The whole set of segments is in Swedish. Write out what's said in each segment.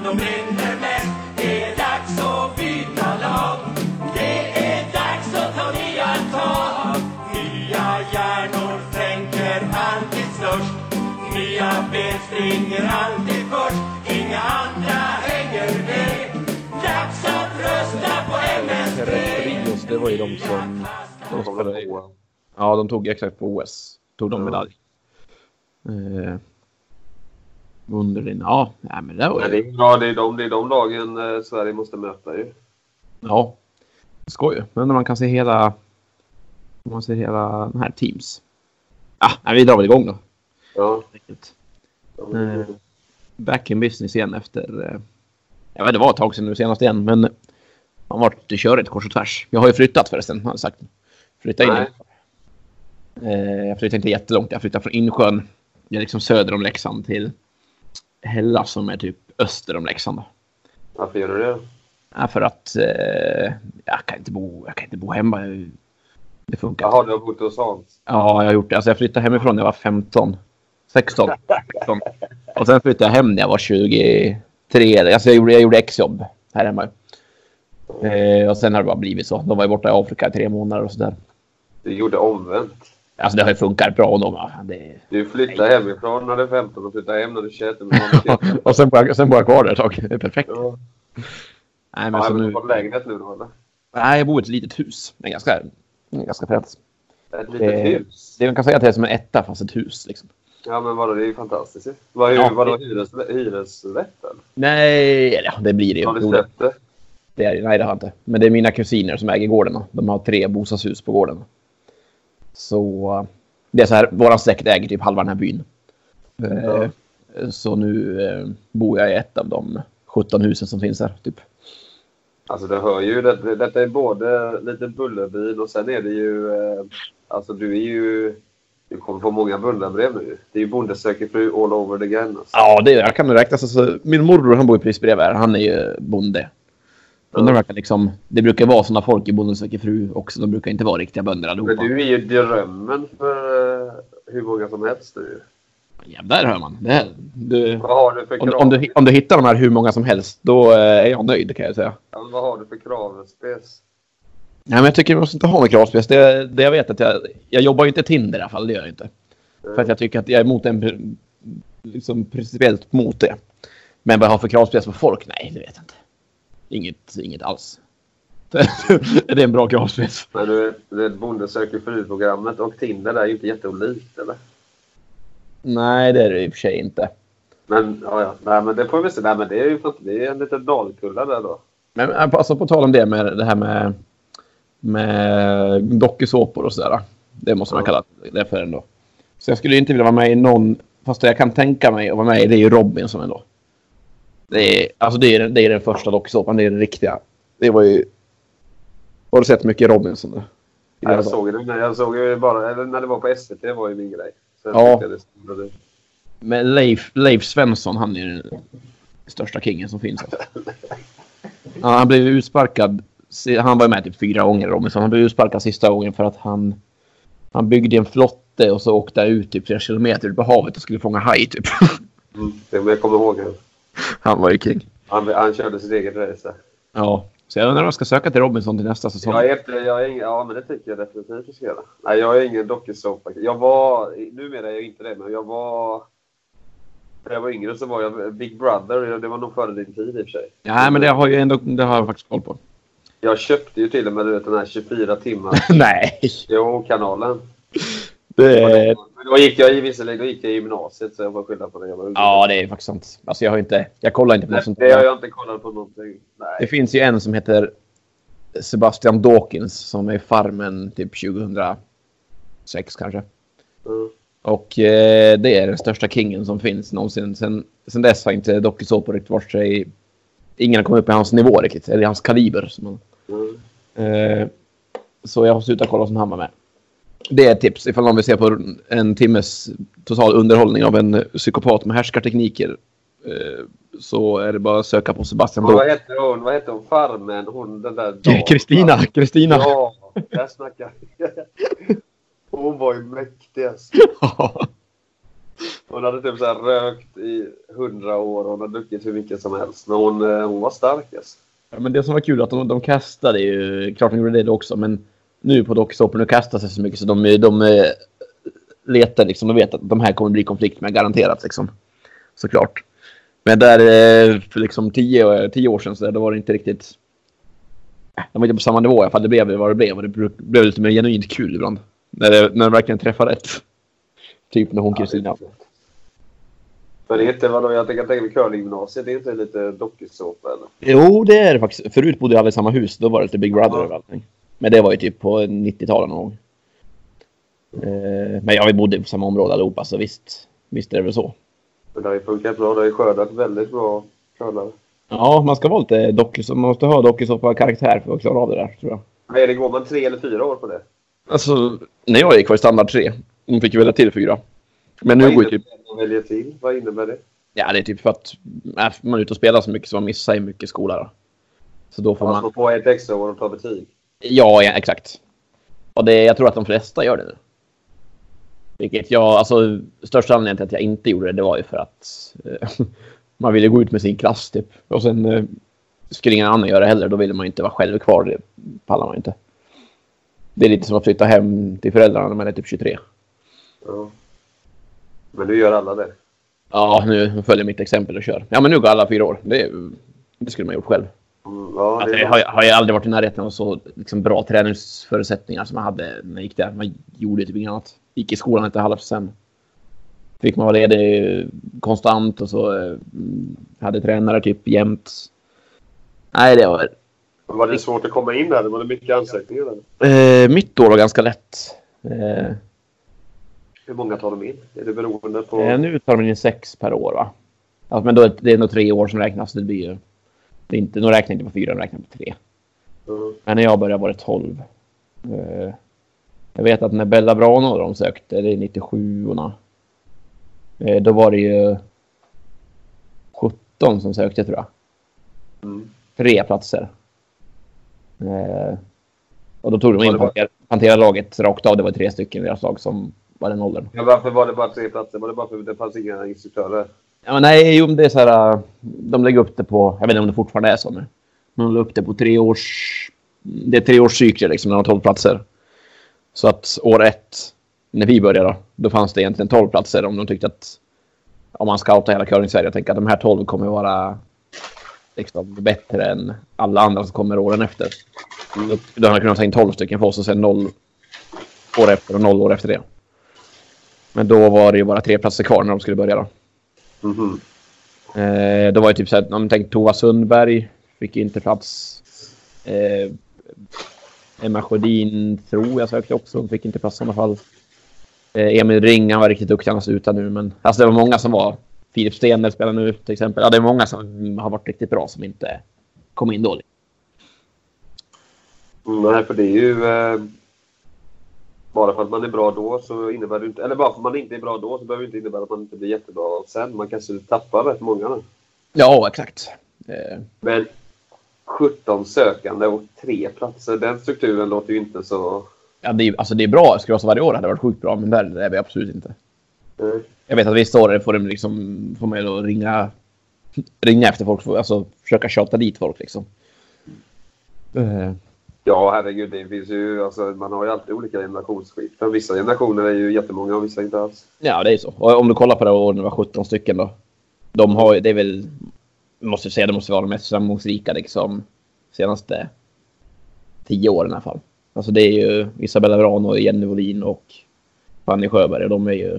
de brinner mest. Det är dags att byta lag. Det är dags att ta nya tag. Nya hjärnor tänker alltid störst. Nya ben springer alltid först. Inga andra hänger med. Dags att rösta på MSD. Det var ju de som spelade. Ja, de tog exakt på OS. Tog de medalj. Underligt. Ja, men det var ju... det är bra, det är de lagen Sverige måste möta ju. Ja, skoj. Men när man kan se hela den här teams. Ja, vi drar väl igång då. Ja. Back in business igen efter... jag vet, det var ett tag sedan nu senast igen, men man var till köret kors och tvärs. Jag har ju flyttat förresten, har jag sagt. Flytta in. Jag flyttade inte jättelångt. Jag flyttade från Insjön. Jag är liksom söder om Leksand till Hälla som är typ öster om Leksand. Varför gör du det? Ja, för att jag kan inte bo hemma. Det funkar. Jaha, du har bott hos Hans? Ja, jag har gjort det. Alltså jag flyttade hemifrån när jag var 16. Och sen flyttade jag hem när jag var 23. Alltså jag gjorde exjobb här hemma. Och sen har det bara blivit så. De var ju borta i Afrika i 3 månader och sådär. Du gjorde omvänt. Alltså det har ju funkat bra. Du flyttade hemifrån när du är 15 och flyttade hem när du är 21. Och sen bara kvar där ett tag. Det är perfekt. Ja. Nej, men så du nu... har lägenhet nu då, eller? Nej, jag bor i ett litet hus. Men ganska fränt. Ett litet hus? Det man kan säga att det är som en etta fast ett hus liksom. Ja, men vadå, det är ju fantastiskt. Vadå, hyresrätten? Nej, det blir det ju. Har du släppt det? Nej, det har jag inte. Men det är mina kusiner som äger gården. De har 3 bostadshus på gården. Så det är så här, våran släkt äger typ halva den här byn. Ja. Så nu bor jag i ett av de 17 husen som finns här typ. Alltså det hör ju, detta är både lite bullerbyn och sen är det ju, alltså du kommer få många bullerbrev nu. Det är ju bonde söker fru all over the again. Alltså. Ja, jag kan räkna. Alltså, min morbror, han bor i Prisbrev här. Han är ju bonde. Liksom, det brukar vara sådana folk i Bonde söker fru också. De brukar inte vara riktiga bönder allihopa. Men du är ju drömmen för hur många som helst nu. Ja, där hör man. Vad har du för krav? Om du hittar de här hur många som helst, då är jag nöjd, kan jag säga. Ja, men vad har du för kravspec? Nej, men jag tycker att man måste inte ha någon kravspec. Det jag vet att jag jobbar ju inte Tinder i alla fall, det gör jag inte. För att jag tycker att jag är emot liksom principiellt mot det. Men vad jag har för kravspec för folk? Nej, det vet jag inte. Inget alls. Det är en bra kravspec. Men det bonde söker fru-programmet och Tinder är ju inte jätteolikt, eller? Nej, det är det i och för sig inte. Men ja. Nej, men det får vi se. Nej, men det är ju det är en liten dalkulla där då. Men alltså på tal om det med det här med dokusåpor och sådär. Det måste man kalla det för ändå. Så jag skulle inte vilja vara med i någon, fast jag kan tänka mig att vara med i, det är ju Robinson ändå. Det är den första dokusåpan, det är den riktiga. Det var ju... Har du sett mycket Robinson då? Jag såg ju bara, eller när det var på SVT var ju min grej. Sen ja. Men Leif Svensson, han är den största kingen som finns. Alltså. Han blev utsparkad, han var med typ 4 gånger Robinson. Han blev utsparkad sista gången för att han byggde en flotte och så åkte ut typ 3 kilometer ut på havet och skulle fånga haj typ. Det jag kommer ihåg det. Han var ju king. Han körde sitt eget race. Ja, så jag undrar om jag ska söka till Robinson till nästa säsong. Ja, men det tycker jag definitivt ska göra. Nej, jag är ingen dokusåpa. Numera är jag inte det, men när jag var yngre så var jag Big Brother. Det var nog före din tid i och för sig. Ja, men det har jag faktiskt koll på. Jag köpte ju till och med den här 24 timmar. Nej. Jo, kanalen. Då gick jag i gymnasiet så jag var skillnad på det. Ja, det är faktiskt sant. Alltså jag kollar inte på något sånt. Det har jag inte kollat på någonting. Nej. Det finns ju en som heter Sebastian Dawkins som är i Farmen typ 2006 kanske. Och det är den största kingen som finns någonsin. Sen dess har inte dokusåpor riktigt varit sig... Ingen har kommit upp i hans nivå riktigt. Eller hans kaliber. Så jag har slutat kolla som han var med. Det är ett tips ifall någon vill se på en timmes total underhållning av en psykopat med härskartekniker. Så är det bara att söka på Sebastian. Vad heter hon? Farmen? Hon den där... Kristina. Ja, jag snackar. Hon var ju mäktigast. Hon hade typ så här rökt i 100 år och hon har druckit hur mycket som helst. Men hon var stark alltså. Ja, men det som var kul att de kastade ju, klart de gjorde det också, men nu på dokusåpor nu kastar sig så mycket så de letar liksom, de vet att de här kommer bli konflikt med garanterat liksom. Såklart. Men där för liksom 10 år sedan så då var det inte riktigt, de var inte på samma nivå i alla fall. Det blev vad det blev och det blev lite mer genuint kul ibland. När det verkligen träffar rätt. Typ när hon Kristina. Men det är inte vad jag tänker med curlinggymnasiet, det är inte lite dokusåpa eller? Jo, det är det faktiskt. Förut bodde jag i samma hus, då var det lite Big Brother och allting. Men det var ju typ på 90-talet någon gång. Men ja, vi bodde på samma område allihopa, så visst är det väl så. Men det har ju funkat bra, det har ju skördat väldigt bra curlare. Ja, man ska vara lite dokusåpa, man måste ha dokusåpa karaktär för att klara av det där, tror jag. Nej, det går man 3 eller 4 år på det? Alltså, när jag gick var i standard 3. Hon fick ju välja till 4. Men nu går ju typ... Välja till? Vad innebär det? Ja, det är typ för att man är ute och spelar så mycket så man missar i mycket skola då. Så då får man... Man får ett extra år och ta betyg? Ja, exakt. Och jag tror att de flesta gör det nu. Vilket största anledningen till att jag inte gjorde det var ju för att man ville gå ut med sin klass typ. Och sen skulle ingen annan göra det heller. Då ville man inte vara själv kvar. Det pallar man inte. Det är lite som att flytta hem till föräldrarna när man är typ 23. Ja. Men nu gör alla det. Ja, nu följer mitt exempel och kör. Ja, men nu går alla 4 år. Det skulle man gjort själv. Ja, det har jag aldrig varit i närheten av så liksom, bra träningsförutsättningar som man hade när jag gick där. Man gjorde typ inget annat. Gick i skolan inte halvt sen. Fick man vara ledig konstant och så hade tränare typ jämt. Nej, det var det svårt att komma in där? Var det mycket ansökningar där? Mitt år var ganska lätt. Hur många tar de in? Är det beroende på... Nu tar de in 6 per år, va? Alltså, men då det är nog 3 år som räknas. Det blir ju... Det är inte, de räknar inte på 4, de räknar på 3. Men när jag började var det 12. Jag vet att när Bella Brano och de sökte, det är 97-orna. Då var det ju 17 som sökte, tror jag. 3 platser. Och då tog de in Pantera-laget rakt av. Det var 3 stycken i deras lag som var den åldern. Ja, varför var det bara 3 platser? Var det bara för att det fanns inga instruktörer? Ja, men nej, det är så här, de lägger upp det på, jag vet inte om det fortfarande är så nu. Men de lägger upp det på 3 års, det är 3 års cykler liksom, när de har 12 platser. Så att år 1, när vi började då fanns det egentligen 12 platser om de tyckte att om man scoutar hela curling-Sverige, jag tänker att de här 12 kommer vara liksom bättre än alla andra som kommer åren efter. Då hade kunnat ta in 12 stycken för oss och sen 0 år efter och 0 år efter det. Men då var det ju bara 3 platser kvar när de skulle börja då. Då var det typ så att om man tänkte Tova Sundberg fick inte plats. Emma Sjödin tror jag sökte också. Hon fick inte plats i alla fall. Emil Ring, han var riktigt duktig, han slutar nu. Men alltså det var många som var. Filip Stener spelar nu till exempel. Ja, det är många som har varit riktigt bra som inte kom in dåligt. Nej, för det är ju... bara för att man är bra då så innebär det inte... Eller bara för att man inte är bra då så behöver det inte innebära att man inte blir jättebra sen. Man kanske tappar rätt många nu. Ja, exakt. Men 17 sökande och 3 platser. Den strukturen låter ju inte så... Ja, det är bra. Skulle vara varje år hade varit sjukt bra. Men där är vi absolut inte. Jag vet att vissa år får de liksom... Får man då ringa efter folk. Alltså försöka tjata dit folk liksom. Ja, herregud, det finns ju, alltså, man har ju alltid olika generationsskikt. För vissa generationer är ju jättemånga och vissa inte alls. Ja, det är så. Och om du kollar på det år när det var 17 stycken då. De har ju, det är väl, måste säga, det måste vara de mest framgångsrika liksom senaste 10 åren i alla fall. Alltså det är ju Isabella Vrano och Jenny Wåhlin och Fanny Sjöberg. Och de är ju,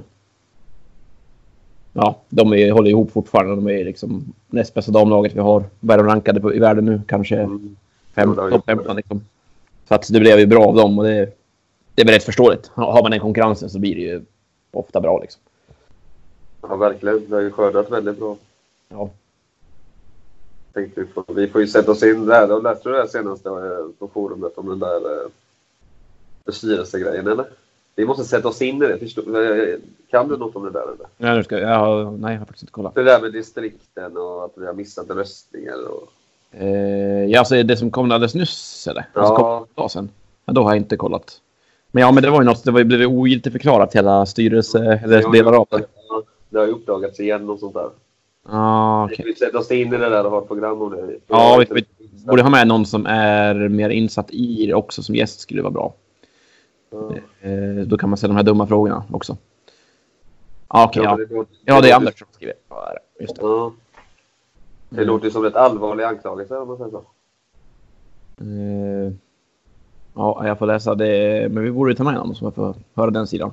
ja, håller ihop fortfarande. De är liksom näst bästa damlaget vi har. Vad är de rankade i världen nu? Kanske topp 15 liksom. Så att det blev ju bra av dem och det är väl rätt förståeligt. Har man den konkurrensen så blir det ju ofta bra liksom. Ja, verkligen. Det har ju skördat väldigt bra. Ja. Vi får ju sätta oss in där. Jag läste det senaste på forumet om den där styrelsegrejen, eller? Vi måste sätta oss in i det. Kan du något om det där, eller? Nej, jag har faktiskt inte kollat. Det där med distrikten och att vi har missat röstningar och... Ja, alltså det som kom alldeles nyss, eller? Ja. Alltså, kom sen. Men då har jag inte kollat. Men det var ju något, blev ogiltigt förklarat hela styrelse eller delar av det. Det har ju uppdagats igen och sånt där. okej. Vi sätter oss in i det där och ha ett program om det. Ja, vi borde ha med någon som är mer insatt i det också som gäst skulle vara bra. Då kan man ställa de här dumma frågorna också. Okej, ja, det är Anders som skriver. Ja, just det. Ja. Det låter ju som ett allvarlig anklagelse om man säger så. Ja, jag får läsa det. Men vi borde ta med någon som får höra den sidan.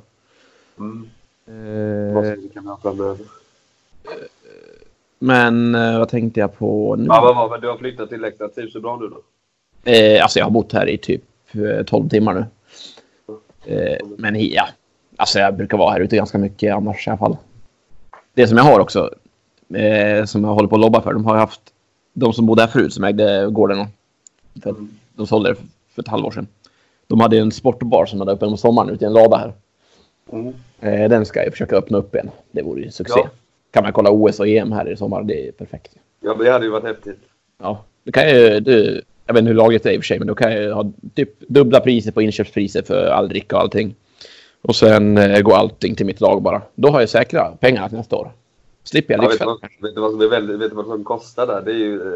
Men vad tänkte jag på nu? Ja, men du har flyttat till Leksand. Trivs du bra nu då? Alltså jag har bott här i typ 12 timmar nu. Men ja, alltså jag brukar vara här ute ganska mycket annars i alla fall. Det som jag har också, som jag håller på att lobba för, de har haft de som bodde här förut som ägde gården. De sålde det för ett halvår sedan. De hade en sportbar som hade öppen om sommaren ute i en lada här. Den ska jag försöka öppna upp igen. Det vore ju succé. Ja. Kan man kolla OS och EM här i sommar, det är perfekt. Ja, men det hade ju varit häftigt. Ja, det kan ju, jag vet inte hur laget det är i och för sig, men då kan jag ha typ dubbla priser på inköpspriser för all dricka och allting. Och sen går allting till mitt lag bara. Då har jag säkra pengar till nästa år. Slipper jag lyxfält. Vet du vad som är väldigt, vet du vad som kostar där? Det är ju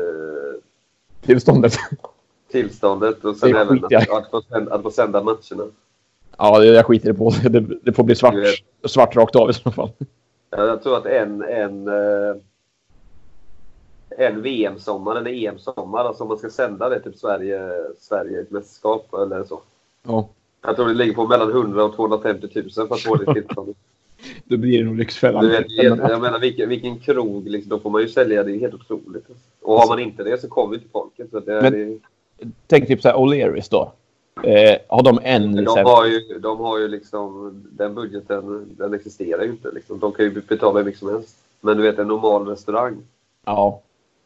tillståndet och sen även att få sända matcherna. Ja, jag skiter på det. Det får bli svart rakt av i så fall. Jag tror att en VM-sommar eller EM-sommar, alltså om man ska sända det typ Sverige ett mästerskap eller så. Ja. Jag tror det ligger på mellan 100 och 250 000 för att få det tillståndet. Då blir det nog lyxfällan. Du vet, jag menar vilken krog liksom, då får man ju sälja, det är helt otroligt. Och har man inte det så kommer inte folket. Så tänk typ så här O'Learys då. Har de de har ju liksom den budgeten, den existerar ju inte liksom. De kan ju betala hur mycket som helst. Men du vet, en normal restaurang. Ja.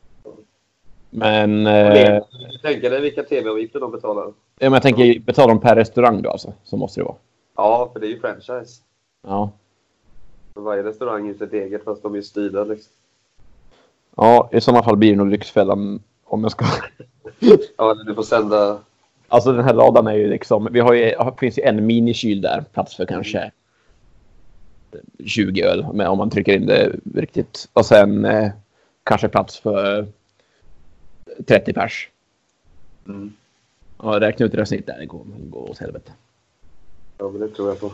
Men tänker dig vilka tv-avgifter de betalar. Ja, men jag tänker betalar de per restaurang då alltså, så måste det vara. Ja, för det är ju franchise. Ja. Varje restaurang är sitt eget fast de är styrda liksom. Ja, i sådana fall blir det nog lyxfällan om jag ska. Ja, du får sända. Alltså den här ladan är ju liksom, finns ju en minikyl där, plats för kanske 20 öl med, om man trycker in det riktigt. Och sen kanske plats för 30 pers. Ja, räkna ut det snitt där, det går åt helvete. Ja, men det tror jag på.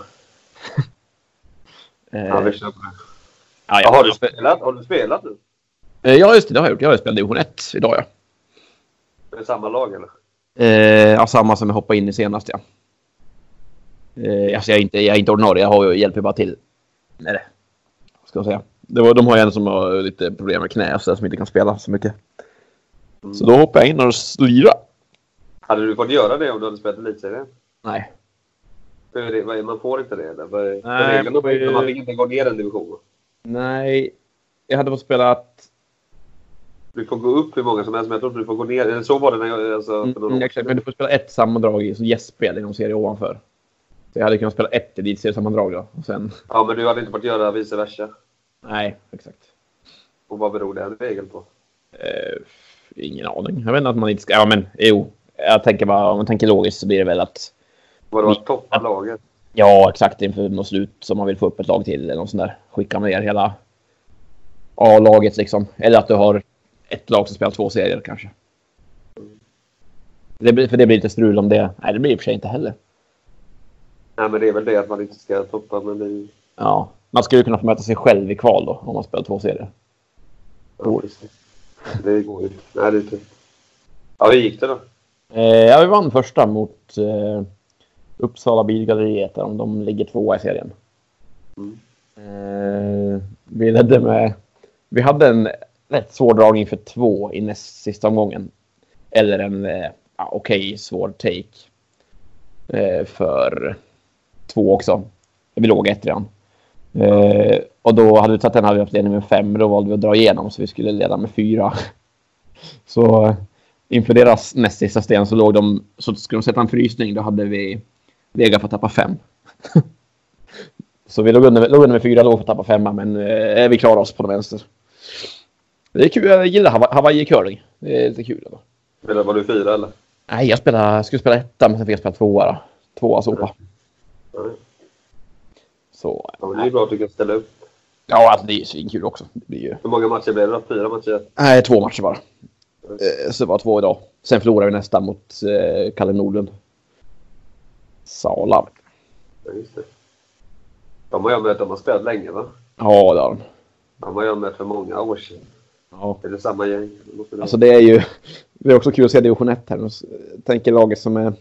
Ja, vi kör på det. Ja, har du spelat nu? Ja, just det, det har jag gjort. Jag har spelat division 1 idag, ja. Är det samma lag, eller? Ja, samma som jag hoppade in i senast, ja. Alltså jag är inte ordinarie, jag hjälper bara till. Nej, ska jag säga. De har ju en som har lite problem med knä så som inte kan spela så mycket. Så då hoppar jag in och slira. Hade du fått göra det om du hade spelat elitserien? Nej. Man får inte det, eller? Nej, man fick inte gå ner en division. Nej, jag hade fått spela Du får gå upp hur många som helst, men jag tror inte du får gå ner. Eller så var det när jag... Exakt, men du får spela ett sammandrag i gästspel i någon serie ovanför. Så jag hade kunnat spela ett elitseriesammandrag då. Och sen... Ja, men du hade inte fått göra vice versa. Nej, exakt. Och vad beror det en regel på? Ingen aning. Jag vet inte att man inte ska... Ja, men jo. Jag tänker bara, om man tänker logiskt så blir det väl att... Var det toppa laget? Ja, exakt. Inför något slut som man vill få upp ett lag till eller något sånt där. Skicka ner hela A-laget liksom. Eller att du har ett lag som spelar 2 serier kanske. För det blir lite strul om det. Nej, det blir i och för sig inte heller. Nej, men det är väl det att man inte ska toppa, men det... Ja, man skulle kunna få möta sig själv i kval då, om man spelar 2 serier. Ja, det går ju. Nej, det är inte... Ja, hur gick det då? Ja, vi vann första mot Uppsala Bilgalleriet, där de ligger 2 i serien. Vi ledde med... Vi hade en rätt svår dragning för 2 i näst sista omgången. Eller en okej svår take för 2 också. Vi låg 1 redan. Och då hade vi tagit hade vi haft ledning med 5. Då valde vi att dra igenom så vi skulle leda med 4. Så inför deras näst sista sten så skulle de sätta en frysning. Då hade vi legat för att tappa 5. Så vi låg under med 4, låg för att tappa 5. Men vi klarade oss på den vänster. Det är kul, jag gillar Hawaii curling. Det är lite kul då. Eller var du 4 eller? Nej, jag skulle spela 1, men sen fick jag spela 2 då. 2 sopa. Så, ja, men det är bra att du kan ställa upp. Ja, alltså det är ju svinkul också. Det blir ju... Hur många matcher blev det då? 4 matcher? Nej, 2 matcher bara. Så det var 2 idag. Sen förlorade vi nästa mot Kalle Nordlund. Sala. Ja, just det. De har jag mött, de har spelat länge, va? Ja, det har de. De har jag mött för många år sedan. Ja. Är det samma gäng? Alltså det är ju... Det är också kul att se division 1 här. Jag tänker laget som är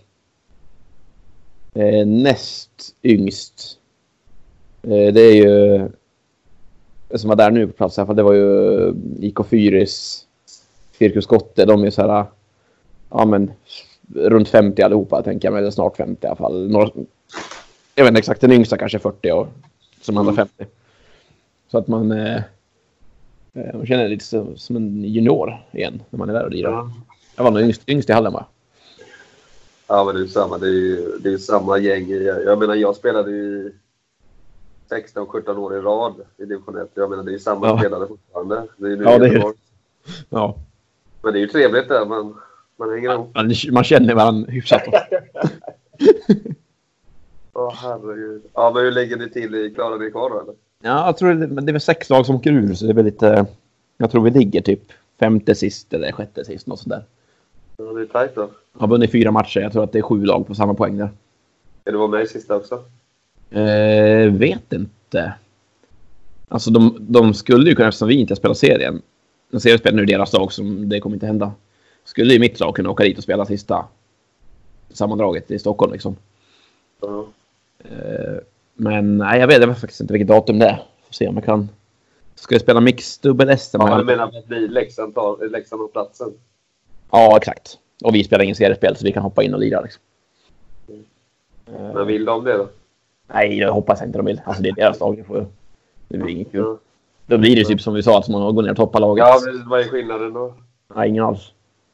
näst yngst. Det är ju... Som var där nu på plats i alla fall. Det var ju IK Fyris, Cirkus Gotte. De är så här... Ja, men runt 50 allihopa, tänker jag mig. Eller snart 50 i alla fall. Jag vet inte exakt, den yngsta kanske 40 år. Som andra 50. Så att man känner lite som en junior igen när man är där och lirar. Ja. Jag var nog yngst i hallen, va? Ja, men det är ju samma. Det är ju samma gäng. Jag menar, jag spelade ju 16-17 år i rad i division 1. Jag menar, det är ju samma spelare fortfarande. Det är ju det är ja. Men det är ju trevligt där. Man hänger ihop. Man känner varandra hyfsat. Herregud. Ja, men hur lägger ni till? Klarar ni kvar då, eller? Ja, jag tror det är väl 6 lag som åker ur. Så det är väl lite... Jag tror vi ligger typ 5:e sist eller 6:e sist. Något sånt där. Ja, det är tajt då. Har vunnit 4 matcher. Jag tror att det är 7 lag på samma poäng där. Är du var med i sista också? Vet inte. Alltså de skulle ju kunna, eftersom vi inte spelar serien. De seriespelar nu deras lag, som det kommer inte hända. Skulle ju mitt lag kunna åka dit och spela sista sammandraget i Stockholm liksom. Ja. Men nej, jag vet faktiskt inte vilket datum det är. Får se om jag kan. Ska jag spela mix dubbel SM? Ja, du menar att det blir Leksand på platsen? Ja, exakt. Och vi spelar ingen seriespel så vi kan hoppa in och lira liksom. Men vill de det då? Nej, jag hoppas inte de vill. Alltså det är deras lag. Det blir inget kul. Ja. Då blir det typ som vi sa, att man går ner och toppar laget. Ja, men vad är skillnaden då? Nej, ingen alls.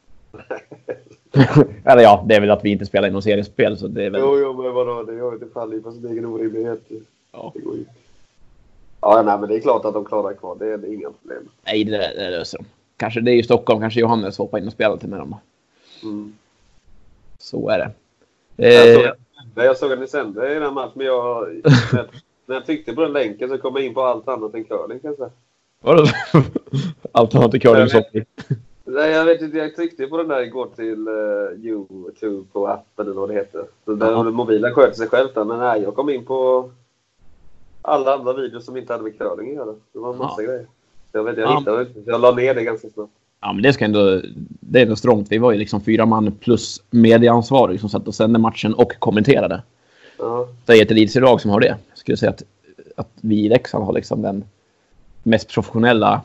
Eller ja, det är väl att vi inte spelar i någon seriespel, så det är väl... Jo, men vadå? Det gör inte fall i på sin egen orimlighet. Ja. Det går ju. Ja, nej, men det är klart att de klarar kvar. Det är inga problem. Nej, det löser de. Kanske det är ju Stockholm, kanske Johannes hoppar in och spelar till med dem. Mm. Så är det. Jag såg att ni sände i den här matchen, men när jag tryckte på den länken så kom jag in på allt annat än curling, kan jag säga. Vadå? Allt annat än curling som... Nej, jag vet inte. Jag tryckte på den där igår till YouTube på appen eller vad det heter. Så där mobilen sköter sig själv där. Men nej, jag kom in på alla andra videos som inte hade med curling att göra. Det var en massa grejer. Så jag hittade inte. Jag la ner det ganska snabbt. Ja, men det är ändå strångt. Vi var ju liksom 4 man plus medieansvarig som satt och sände matchen och kommenterade. Ja. Det är ett elitserielag som har det. Jag skulle säga att vi i Leksand har liksom den mest professionella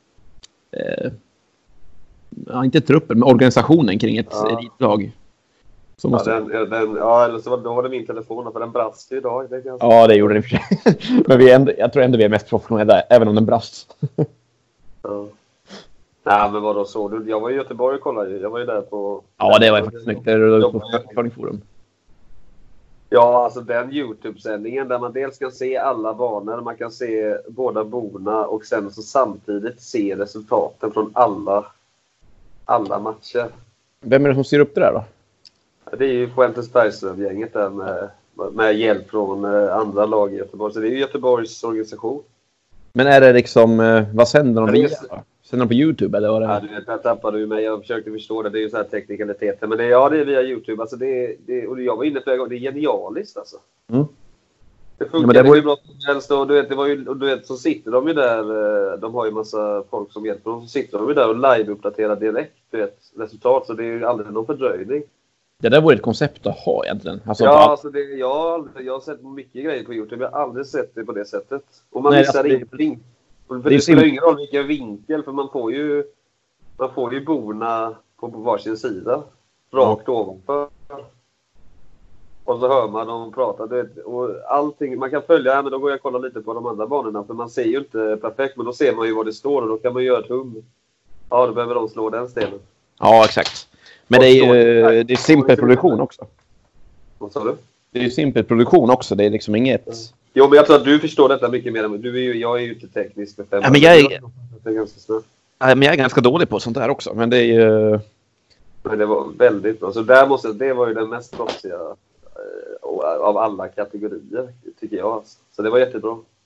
inte truppen, men organisationen kring ett elitlag. Så måste... eller så då var det min telefon, för den brast ju idag. Ja, det gjorde den för sig. Men jag tror ändå vi är mest professionella, även om den brast. Ja. Nej, men vadå så? Jag var i Göteborg och kollade. Jag var ju där på... Ja, det var ju faktiskt snyggt. Det var på Curlingforum. Ja, alltså den YouTube-sändningen där man dels kan se alla banor, man kan se båda borna och sen så samtidigt se resultaten från alla matcher. Vem är det som styr upp det där då? Det är ju Fuentes Bergström-gänget där med hjälp från andra lag i Göteborg. Så det är ju Göteborgs organisation. Men är det liksom, vad sänder de via då? Sänder de på YouTube eller vad det är? Ja, du vet, jag tappade ju mig. Jag försökte förstå det. Det är ju så här teknikaliteter. Men det är via YouTube. Alltså och jag var inne flera gånger. Det är genialiskt alltså. Mm. Det funkar ju bra som helst. Och du vet, så sitter de ju där. De har ju massa folk som hjälper dem. Så sitter de ju där och live-uppdaterar direkt. Du vet, resultat. Så det är ju aldrig någon fördröjning. Det där vore ett koncept att ha egentligen. Alltså, alltså jag har sett mycket grejer på YouTube. Jag har aldrig sett det på det sättet. Och man missar ingenting. För det spelar ingen roll vilken vinkel. För man får ju borna på varsin sida. Rakt ovanför. Och så hör man dem prata. Och allting, man kan följa. Men då går jag och kollar lite på de andra banorna. För man ser ju inte perfekt. Men då ser man ju vad det står. Och då kan man göra ett hum. Ja, då behöver de slå den stenen. Ja, exakt. Men det är simpel produktion också. Vad sa du? Det är ju simpel produktion också. Det är liksom inget... Jo, men jag tror att du förstår detta mycket mer. Jag är ju inte teknisk med 5 år. Men jag är ganska snabbt. Men jag är ganska dålig på sånt här också. Men det är ju... Men det var väldigt bra. Så det var ju den mest proffsiga av alla kategorier, tycker jag. Så det var jättebra.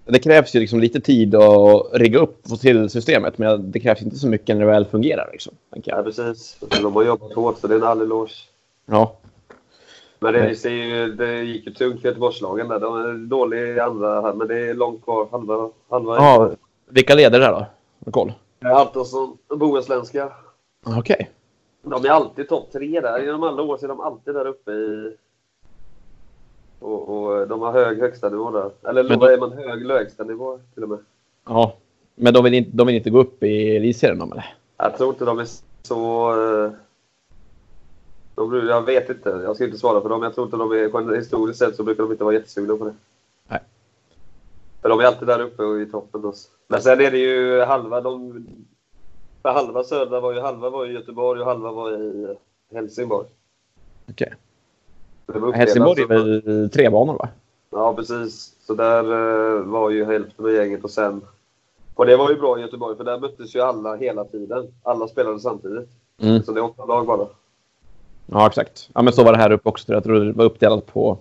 det krävs ju liksom lite tid att rigga upp till systemet. Men det krävs inte så mycket när det väl fungerar. Liksom, ja, precis. De har jobbat hårt, så det är en all eloge. Ja. Men det gick ju tungt för Göteborgslagen där. De är dåliga i andra här, men det är långt kvar. Halva. Ja, vilka leder där då? Har koll? Altosson, bohuslänska. Okej. De är alltid topp 3 där. Genom alla år så är de alltid där uppe i... Och de har hög högsta nivå där. Eller då är man hög lägsta nivå till och med. Ja, men de vill inte gå upp i elitserien de, eller? Jag tror inte de är så... Jag vet inte. Jag ska inte svara för dem. Jag tror inte de är... Historiskt sett så brukar de inte vara jättesugna på det. Nej. För de är alltid där uppe och i toppen också. Men sen är det ju halva... För halva södra var ju Göteborg och halva var i Helsingborg. Okej. Helsingborg är väl 3 banor, va? Ja, precis. Så där var ju hälften av gänget och sen... Och det var ju bra i Göteborg, för där möttes ju alla hela tiden. Alla spelade samtidigt. Så det är 8 lag bara. Ja, exakt. Ja, men så var det här uppe också. Jag tror det var uppdelat på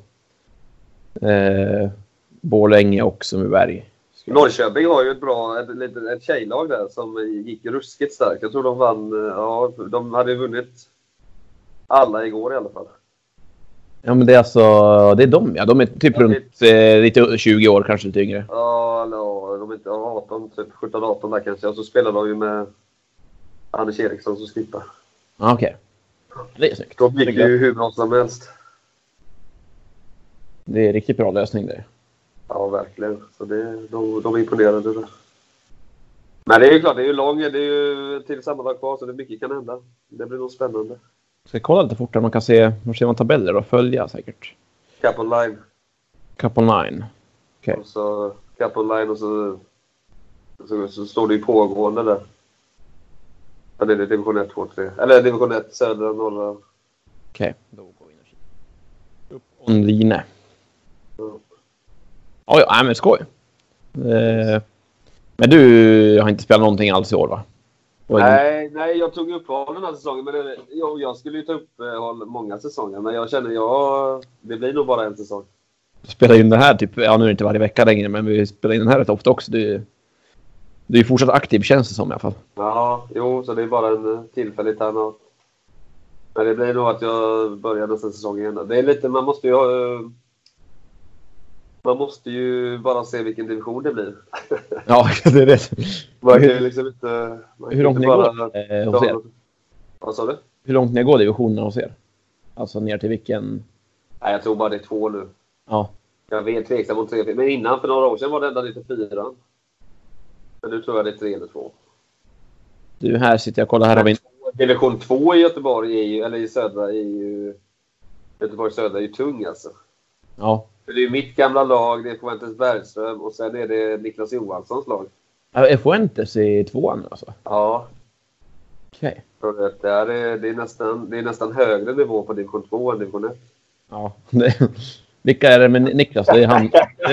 Borlänge och Sundbyberg. Norrköping har ju ett tjejlag där som gick ruskigt starkt. Jag tror de vann... Ja, de hade vunnit alla igår i alla fall. Ja, men det är alltså... Det är de, ja. De är typ runt lite 20 år, kanske lite yngre. Ja, de är inte 18, typ 17-18 där kanske. Och så spelar de ju med Anders Eriksson som skippar. Ja, okej. Det är snyggt. De gick ju hur bra som helst. Det är riktigt bra lösning där. Ja, verkligen. Så de är imponerade där. Men det är ju klart, det är ju långt. Det är ju till samma dag kvar, så det mycket kan hända. Det blir nog spännande. Ska jag kolla lite fortare? Man kan se tabeller och följa säkert. Cup online. Cup online. Okej. Och så Cup online och så står det ju pågående där. Ja, det är division 1, 2, 3. Eller division 1, södra, norra. Okej, då går vi in och kika. Upp online. Oj, ja, men skoj. Men du har inte spelat någonting alls i år, va? Nej, jag tog uppehåll den här säsongen. Men jag skulle ju ta uppehåll många säsonger. Men jag känner, det blir nog bara en säsong. Du spelar in det här typ, nu är det inte varje vecka längre, men vi spelar in den här rätt ofta också. Du är ju fortsatt aktiv, känns det som i alla fall. Ja, så det är bara en tillfällig timeout. Men det blir nog att jag börjar nästa säsong igen. Det är lite, man måste ju bara se vilken division det blir. Ja, det är det. Man kan ju liksom inte... Hur långt ni går hos er? Vad sa du? Hur långt ni går divisionen hos er? Alltså ner till vilken... Nej, jag tror bara det är 2 nu. Ja. Jag vet tveksam om 3. Men innan, för några år sedan var det ända lite 4. Men nu tror jag det är 3 eller 2. Du, här sitter jag och kollar. Här har vi... Division 2 i Göteborg är ju, eller i södra är ju... Göteborg södra är ju tung alltså. Ja. Det är ju mitt gamla lag, det är Fuentes Bergström och sen är det Niklas Johanssons lag. Är Fuentes i 2an alltså? Ja. Okej. Okay. Det är nästan högre nivå på division 2 än division 1. Ja. Vilka är det med Niklas? Det är han...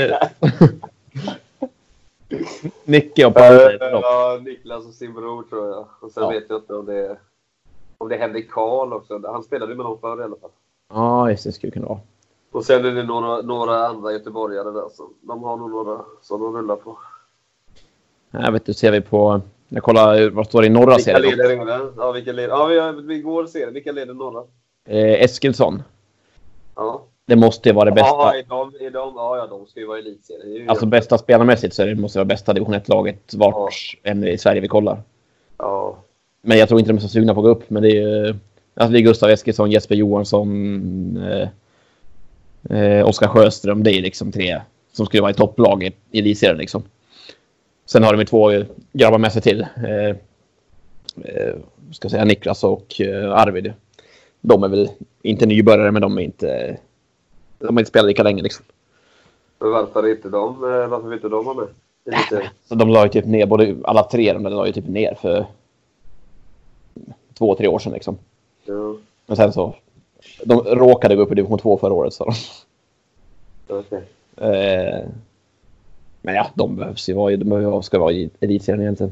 Nicke och Palle. Ja, Niklas och sin bror tror jag. Och sen vet jag inte om det Henrik Karl också. Han spelade ju med någon förr i alla fall. Ja, just det skulle kunna vara. Och sen är det några andra göteborgare där. Så de har nog några som de rullar på. Jag vet, du ser vi på... Jag kollar vad står det i norra serien. Vilka leder det? Ja, vilka leder? Ja, vi går och ser. Vilka leder norra? Eskilsson. Ja. Det måste ju vara det bästa. Ja, de ska ju vara elitserien. Alltså bästa spelarmässigt så det måste vara bästa division 1-laget vart än i Sverige vi kollar. Ja. Men jag tror inte de är så sugna på att gå upp. Men det är ju... Alltså det är Gustav Eskilsson, Jesper Johansson, Oskar Sjöström. Det är liksom 3 som skulle vara i topplaget i elitserien liksom. Sen har de 2 grabbar med sig till. Ska säga Niklas och Arvid. De är väl inte nybörjare, men de har inte spelat lika länge liksom. Varför inte de? Varför vill inte de vara med? Så de la ju typ ner, både alla 3 de la ju typ ner för 2-3 år sedan liksom. Ja. Men sen så de råkade gå upp i division 2 förra året så. Okej. Men ja, de behövs ju ska vara i elitserien egentligen.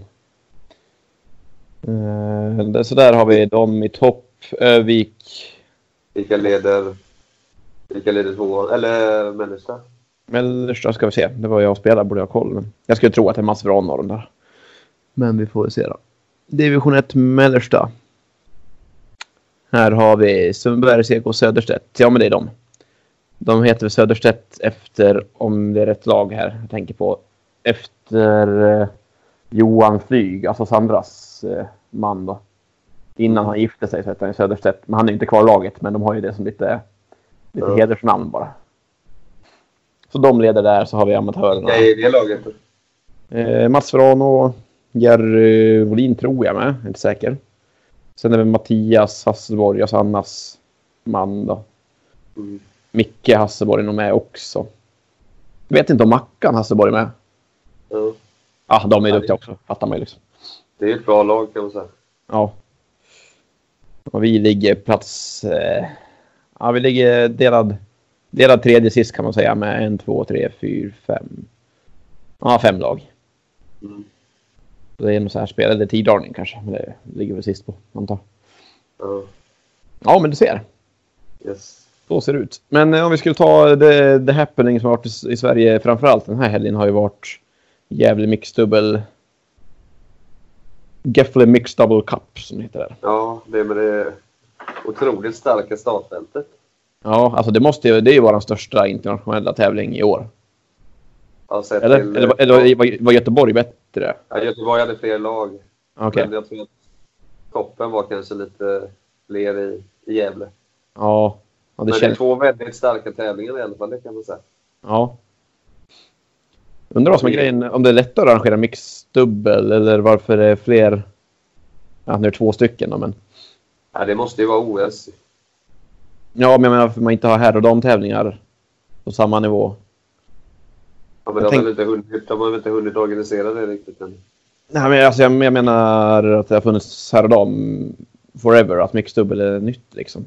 Så där har vi dem i topp. Övik. Vilka leder 2 eller mellersta? Mellersta ska vi se. Det var jag och spelade, borde jag ha koll. Men jag skulle tro att det är Mats Vrana och de där. Men vi får se då. Division 1 Mellersta. Här har vi Sundberg, CK och Söderstedt. Ja, men det är de. De heter Söderstedt efter, om det är rätt lag här, jag tänker på, efter Johan Flyg, alltså Sandras man då. Innan han gifte sig så heter han Söderstedt. Men han är inte kvar i laget, men de har ju det som lite hedersnamn bara. Så de leder där, så har vi amatörerna. Ja, i det laget. Mats Vrana och Jerry Wåhlin tror jag med, jag är inte säker. Sen är det Mattias Hasselborg och Sannas man då. Mm. Micke Hasselborg är nog med också. Jag vet inte om Mackan Hasselborg är med. Ja. Ja, de är duktiga också, fattar man ju liksom. Det är ett bra lag kan man säga. Ja. Och vi ligger plats... ja, vi ligger delad tredje sist kan man säga med 1, 2, 3, 4, 5. Ja, 5 lag. Mm. Det är nog så här spel, eller tiddragning kanske. Men det ligger väl sist på, antar. Ja. Ja, men du ser. Yes. Så ser det ut. Men om vi skulle ta the happening som har varit i Sverige framförallt den här helgen har ju varit Gävle Mixed Gefle Mixed Double Cup som heter det. Ja, det är med det otroligt starka startfältet. Ja, alltså det är ju vår största internationella tävling i år. Alltså, eller var Göteborg bättre? Ja, Göteborg hade fler lag. Okay. Men jag tror att toppen var kanske lite fler i Gävle. Ja. Ja, men det är 2 väldigt starka tävlingar i alla fall, det kan man säga. Ja. Undrar vad som är grejen, om det är lättare att arrangera mixdubbel eller varför det är fler, ja, det är 2 stycken då, men... Ja, det måste ju vara OS. Ja, men jag menar varför man inte har här och de tävlingar på samma nivå. Ja, men de har inte hunnit organisera det riktigt än. Nej, men alltså, jag menar att det har funnits här och de forever, att mixdubbel är nytt liksom.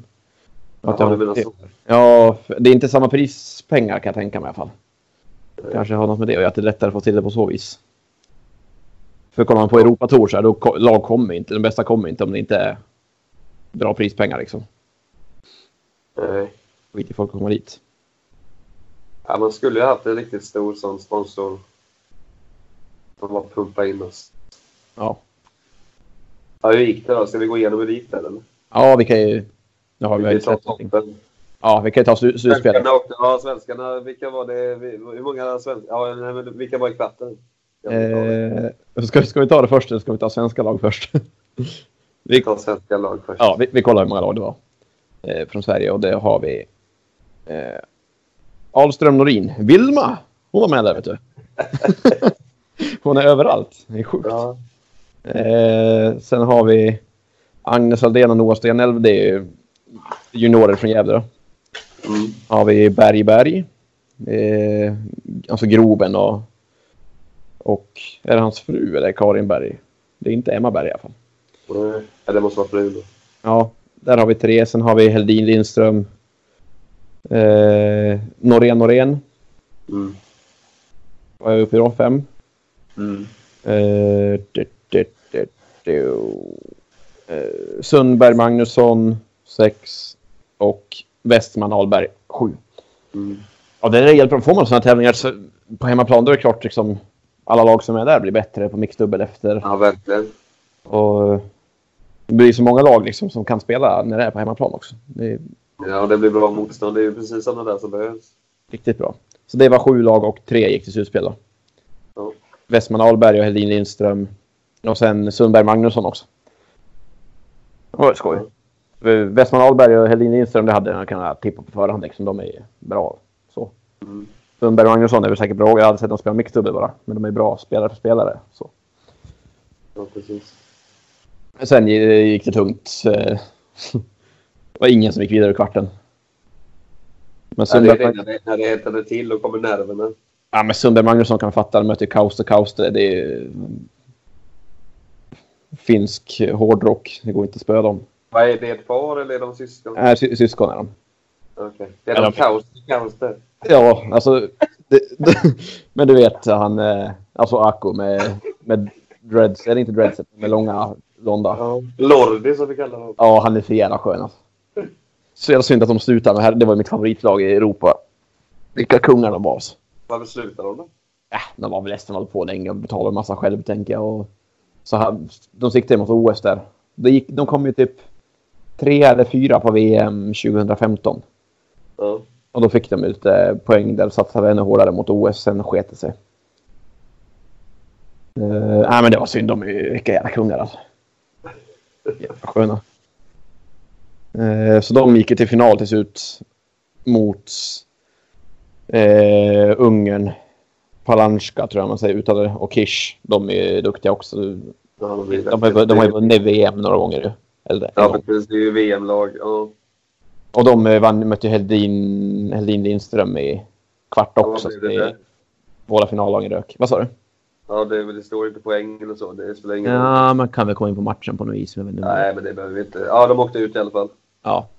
Ja, det är inte samma prispengar kan jag tänka mig i alla fall. Kanske har något med det och att det är lättare att få till det på så vis. För kollar man på Europatour så här, då lag kommer inte, de bästa kommer inte om det inte är bra prispengar liksom. Nej. Skit i folk att komma dit. Ja, man skulle ju ha haft en riktigt stor sån sponsor som var pumpa in oss. Ja. Ja, hur gick det då? Ska vi gå igenom hur det gick där eller? Ja, vi kan ju... Ja, vi kan ju ta slutspelet. Ja, svenskarna. Vilka var det? Hur många svenskar? Ja, vilka var i kvarten? Ska vi ta det först eller ska vi ta svenska lag först? Vi tar svenska lag först. Ja, vi kollar hur många lag det var från Sverige. Och det har vi Ahlström Norin. Vilma! Hon var med där, vet du. Hon är överallt. Det är sjukt. Ja. Sen har vi Agnes Aldén och Noah Stenelv. Det är juniorer från Gävle då. Mm. Har vi Berg. Alltså Groben och är det hans fru eller Karin Berg? Det är inte Emma Berg i alla fall. Ja, det måste vara fru då. Ja, där har vi 3. Sen har vi Heldin Lindström. Norén. Mm. Vad är vi uppe i då? 5. Mm. Sundberg Magnusson 6 och Westman Ahlberg 7. Mm. Ja, det är hjälper. Får man sådana tävlingar så på hemmaplan då är det klart liksom alla lag som är där blir bättre på mixdubbel efter. Ja, verkligen. Och det blir så många lag liksom som kan spela när det är på hemmaplan också. Ja, det blir bra motstånd. Det är ju precis sådana där som behövs. Riktigt bra. Så det var 7 lag och 3 gick till slutspel då. Ja. Westman Ahlberg och Heldin Lindström. Och sen Sundberg Magnusson också. Det skoj. Westman Ahlberg och Heldin Lindström, det hade jag kunnat tippa på förhand liksom. De är bra. Så. Mm. Sundberg och Magnusson är väl säkert bra. Jag hade sett dem spela mixdubbel bara. Men de är bra spelare för spelare. Så. Ja, precis. Sen gick det tungt. Det var ingen som gick vidare i kvarten. Men Sundberg... när det hettade till och kommer nerverna. Ja, men Sundberg Magnusson kan fatta. De möter Kaus. Det är finsk hårdrock. Det går inte att spöa dem. Vad är det, ett par eller är de syskon? Syskon är de. Okej. Det är de Kaus där. Ja, alltså... men du vet, han... Alltså Akko med dreads. Eller inte dreads, med långa, blonda. Ja. Lordi som vi kallar honom. Ja, han är för jävla skön alltså. Så jävla synd att de slutar med här. Det var mitt favoritlag i Europa. Vilka kungar de var alltså. Varför slutade de då? De var väl resten hållit på länge och betalade en massa själv, tänker jag. Och så här, de siktade mot OS där. De kom ju typ 3 eller 4 på VM 2015. Ja. Och då fick de lite poäng där och satsade ännu hårdare mot OS, sen sket det sig. Men det var synd, de är ju vilka jävla kungar alltså. Jävla sköna. Så de gick ju till final till slut mot Ungern. Palanska tror jag man säger uttalade, och Kish. De är duktiga också. Ja, De har ju vunnit VM några gånger ju. Eller ja, precis. Det är ju VM-lag. Ja. Och de mötte Heldin Lindström i kvart också. Ja, båda finallagen rök. Vad sa du? Ja, det står inte poäng eller så. Det spelar ingen roll. Ja, man kan väl komma in på matchen på något vis. Nej, men det behöver vi inte. Ja, de åkte ut i alla fall. Ja.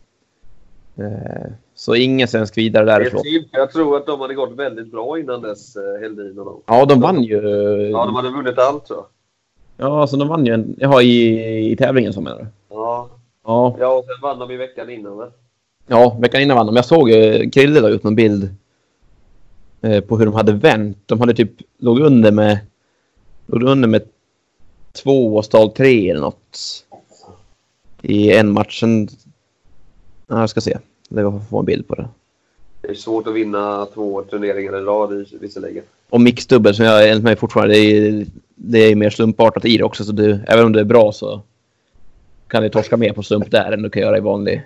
Så ingen svensk vidare därifrån. Jag tror att de hade gått väldigt bra innan dess, Heldin och dem. Ja, de vann ju. Ja, de hade vunnit allt, tror jag. Ja, så de vann ju i tävlingen, som menar du? Ja. Ja, och sen vann de i veckan innan, va? Ja, veckan innan vann de. Jag såg Krille la ut någon bild på hur de hade vänt. De hade typ låg under med 2 och stal 3 eller något i en match. Jag ska se. Det var få en bild på det. Det är svårt att vinna 2 turneringar i rad i vissa lägen. Och mixdubbel som jag enligt mig fortfarande det är mer slumpartat i det också, så även om det är bra så kan du torska mer på slump där än du kan göra i vanlig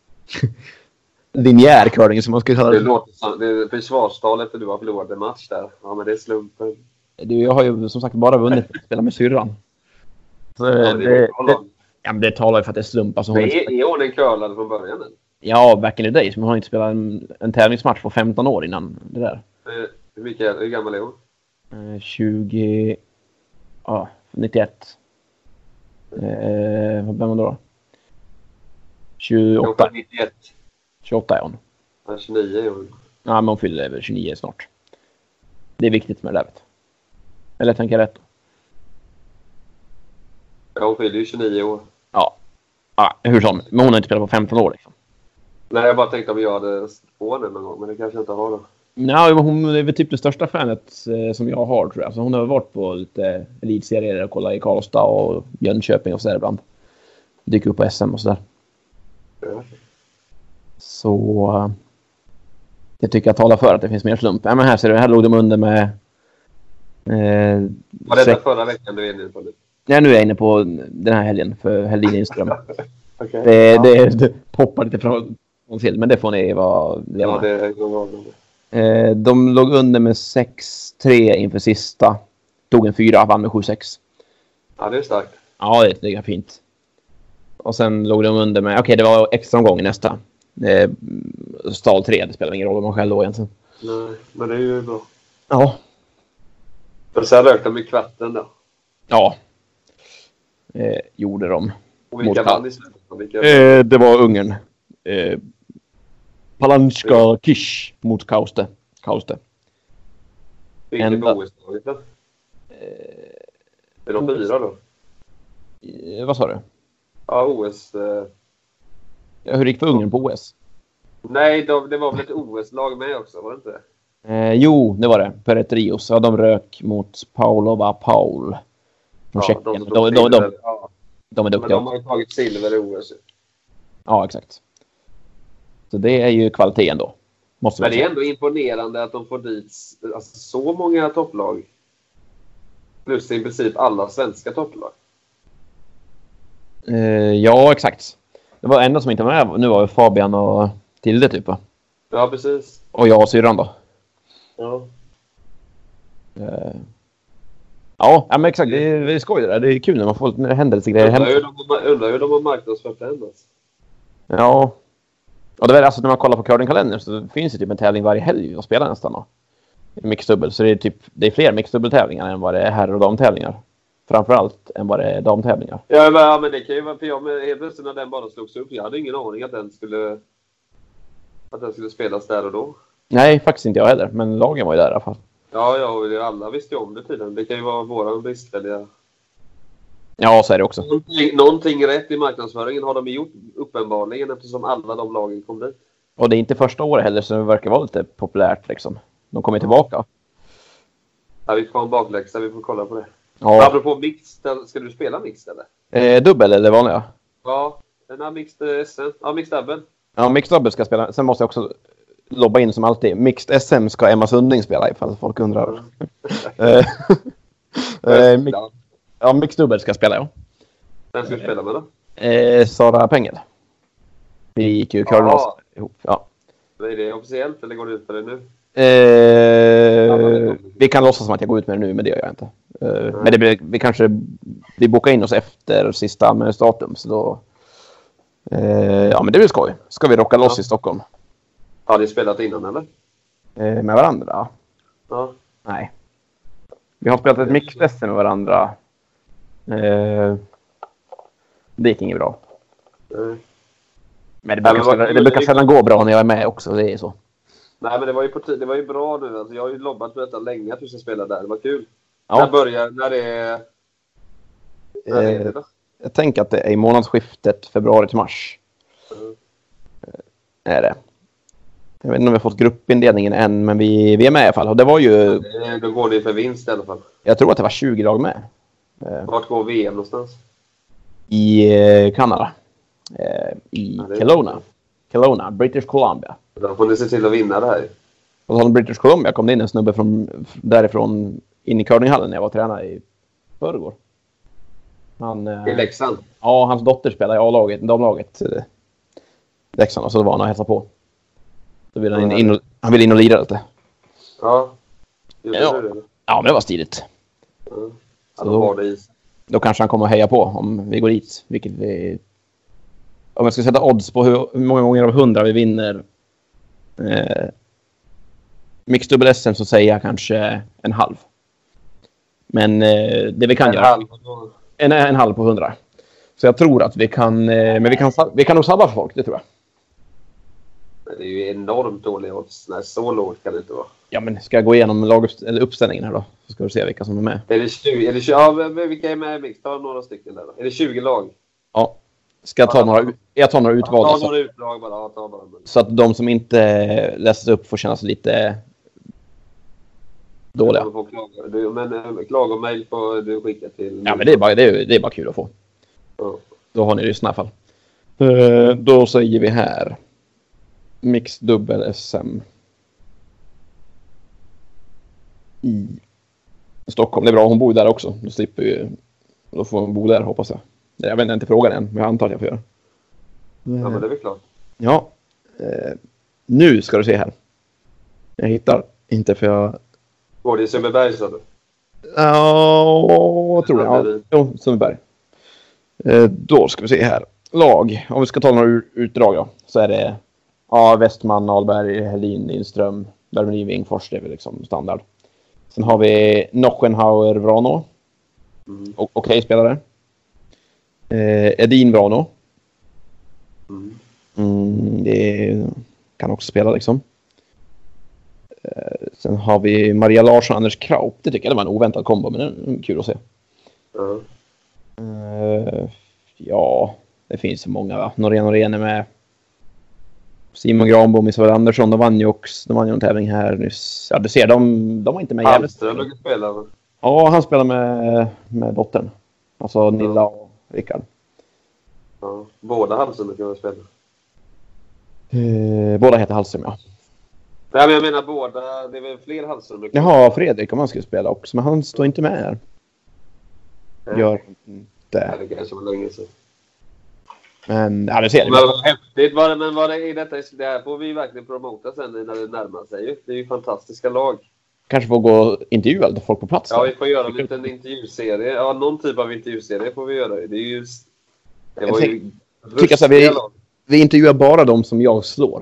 linjär curling som man skulle kalla det. Det låter som det är försvarstal efter du har förlorat en match där. Ja, men det är slumpen. Jag har ju som sagt bara vunnit att spela med syrran. Så det talar ju för att det är slump. Alltså, är hon en curlare från början? Eller? Ja, back in the days. Men hon har inte spelat en tävlingsmatch på 15 år innan det där. Hur gammal är hon? 91. Vad blir man då? 28. 91. 28 är hon. 29 är hon. Ja, men hon fyller över 29 snart. Det är viktigt med det där. Eller tänker jag rätt då? Ja, hon fyller ju 29 år. Ja, hur som. Men hon har inte spelat på 15 år liksom. Nej, jag bara tänkte om jag hade på henne någon gång, men det kanske inte har då. Nej, hon är väl typ det största fanet som jag har, tror jag. Så hon har varit på lite elitserier och kollat i Karlstad och Jönköping och så där ibland. Dyker upp på SM och sådär. Ja. Så jag tycker jag talar för att det finns mer slump. Men här ser du, här låg de under med... Var det förra veckan du är inne på det? Nej, nu är jag inne på den här helgen för Heldin Lindström. Okay. Det poppar lite från film, men det får ni vara... Ja, det är bra. De låg under med 6-3 inför sista. Tog en 4, vann med 7-6. Ja, det är starkt. Ja, det är fint. Och sen låg de under med... Okej, det var extra omgång i nästa. Stal 3, det spelar ingen roll om man själv då egentligen. Nej, men det är ju bra. Ja. Och sen rökte de i kvarten då. Ja. Gjorde de. Och vilka vann i slutet? Det var Ungern. Palanska Kish mot Kauste. Vilket på OS-laget då? Är de 4 då? Vad sa du? Ja, OS... Hur gick det för Ungern på OS? Nej, det var väl ett OS-lag med också, var det inte? Jo, det var det. Peretrios. Ja, de rök mot Paul. Från Tjeckien. De är duktiga. Men de har ju tagit silver i OS. Ja, exakt. Så det är ju kvaliteten då. Men det är ändå imponerande att de får dit så många topplag. Plus i princip alla svenska topplag. Ja, exakt. Det var enda som inte var med. Nu var ju Fabian och Tilde typ. Ja, precis. Och jag och syrran då. Ja. Ja, men exakt. Det är skoj det där. Det är kul när man får lite händelser. Undrar hur de har marknadsfört det ändå. Ja. Och det är alltså när man kollar på curlingkalendern så finns det typ en tävling varje helg att spela nästan då. Mixdubbel. Så det är fler mixdubbeltävlingar än vad det är herr- och damtävlingar. Framförallt än vad det är damtävlingar. Ja, men det kan ju vara för jag med helt plötsligt när den bara slogs upp. Jag hade ingen aning att den skulle spelas där och då. Nej, faktiskt inte jag heller. Men lagen var ju där i alla fall. Ja, och alla visste ju om det tiden. Det kan ju vara våran bristfälliga. Ja, så är det också. Någonting rätt i marknadsföringen har de gjort uppenbarligen eftersom alla de lagen kom dit. Och det är inte första året heller så det verkar vara lite populärt liksom. De kommer tillbaka. Ja, vi får en bakläxa, vi får kolla på det. Ja. Apropå mixed, ska du spela mixed eller? Dubbel eller vanliga? Ja, den här mixed SM. Ja, mixed double. Ja, mixed double ska jag spela. Sen måste jag också lobba in som alltid. Mixed SM ska Emma Sunding spela ifall folk undrar. Ja, mixed double ska jag spela, ja. Vem ska du spela med då? Sara Pengel. Vi gick ju curlingloss ihop. Ja. Är det officiellt eller går du ut för det nu? Vi kan låtsas som att jag går ut med det nu, men det gör jag inte. Men det blir, vi bokar in oss efter sista anmälningsdatum, så då ja, men det blir skoj. Ska vi rocka loss i Stockholm? Har ni spelat innan eller? Med varandra? Ja. Nej. Vi har spelat ett mixed med varandra. Det gick inget bra. Men det brukar sällan gå bra när jag är med också, det är så. Nej, men det var ju det var ju bra nu. Alltså, jag har ju lobbat med detta länge att du ska spela där. Det var kul. Ja. När det är det då? Jag tänker att det är i månadsskiftet februari till mars. Är det. Jag vet inte om vi har fått gruppindelningen än, men vi är med i alla fall. Och det var ju... Då går det för vinst i alla fall. Jag tror att det var 20 lag med. Vart går VM någonstans? I Kanada. I Kelowna, British Columbia. Då får ni se till att vinna det här. Och så British Columbia kom det in en snubbe därifrån in i curlinghallen när jag var tränare i förrgår. I Leksand? Ja, hans dotter spelar i A-laget, damlaget. Leksand, och så var han och hälsade på. Så ville han ville in och lira lite. Ja. Ja, men det var stiligt. Ja. Så då kanske han kommer att heja på om vi går dit. Vilket vi... Om jag ska sätta odds på hur många gånger av 100 vi vinner mixed double SM, så säger jag kanske en halv. Men det vi kan göra en halv på 100. Så jag tror att vi kan, men vi kan nog sabba för folk, det tror jag. Det är ju enormt dåliga odds. Nej, så lågt kan det inte vara. Ja, men ska jag gå igenom uppställningen här då, så ska du se vilka som är med. Är det 20? Ja, vilka är med i mix? Ta några stycken där då. Är det 20 lag? Ja. Ska jag ta några utvalda? Ta några utlag bara. Ja, ta bara. Så att de som inte läses upp får känna sig lite dåliga. Men klaga och mejl på du skickar till... Ja, men det är bara kul att få. Ja. Då har ni det i såna fall. Då säger vi här mixed dubbel SM i Stockholm. Det är bra, hon bor där också. Då slipper vi, då får hon bo där, hoppas jag. Jag vet inte frågan än, men jag antar att jag får göra. Ja, men det är väl klart. Ja. Nu ska du se här. Jag hittar inte för jag... Går det i Sundbyberg, sa du? Ja, tror jag. Ja, Sundbyberg. Då ska vi se här. Lag. Om vi ska ta några utdrag då, så är det Westman, Alberg, Helin, Lindström, Värmeli, Wingfors. Det är väl liksom standard. Sen har vi Nochenhauer, Vrano. Okej spelare. Edin Vrano. Det kan också spela liksom. Sen har vi Maria Larsson och Anders Kraup. Det tycker jag var en oväntad kombo, men det är kul att se. Ja, det finns så många, va? Norén är med. Simon Granbom, Isabel Andersson, de vann ju en tävling här nyss. Ja, du ser, de var inte med jävligt. Ja, han spelar med dottern. Alltså Nilla och Rickard. Ja, båda Hallström kan spela. Båda heter Hallström, ja. Nej, men jag menar båda, det är väl fler Hallström. Jaha, Fredrik om han skulle spela också, men han står inte med här. Gör inte. Det kanske var länge sedan. Men, ja, det ser det. Men vad häftigt. Men vad är detta? Det här får vi verkligen promota sen när det närmar sig. Det är ju fantastiska lag. Kanske får gå och intervjua lite folk på plats. Ja, vi får göra en liten intervjuserie. Ja, någon typ av intervjuserie får vi göra. Det är ju... Det var ju... Tycker så vi intervjuar bara de som jag slår.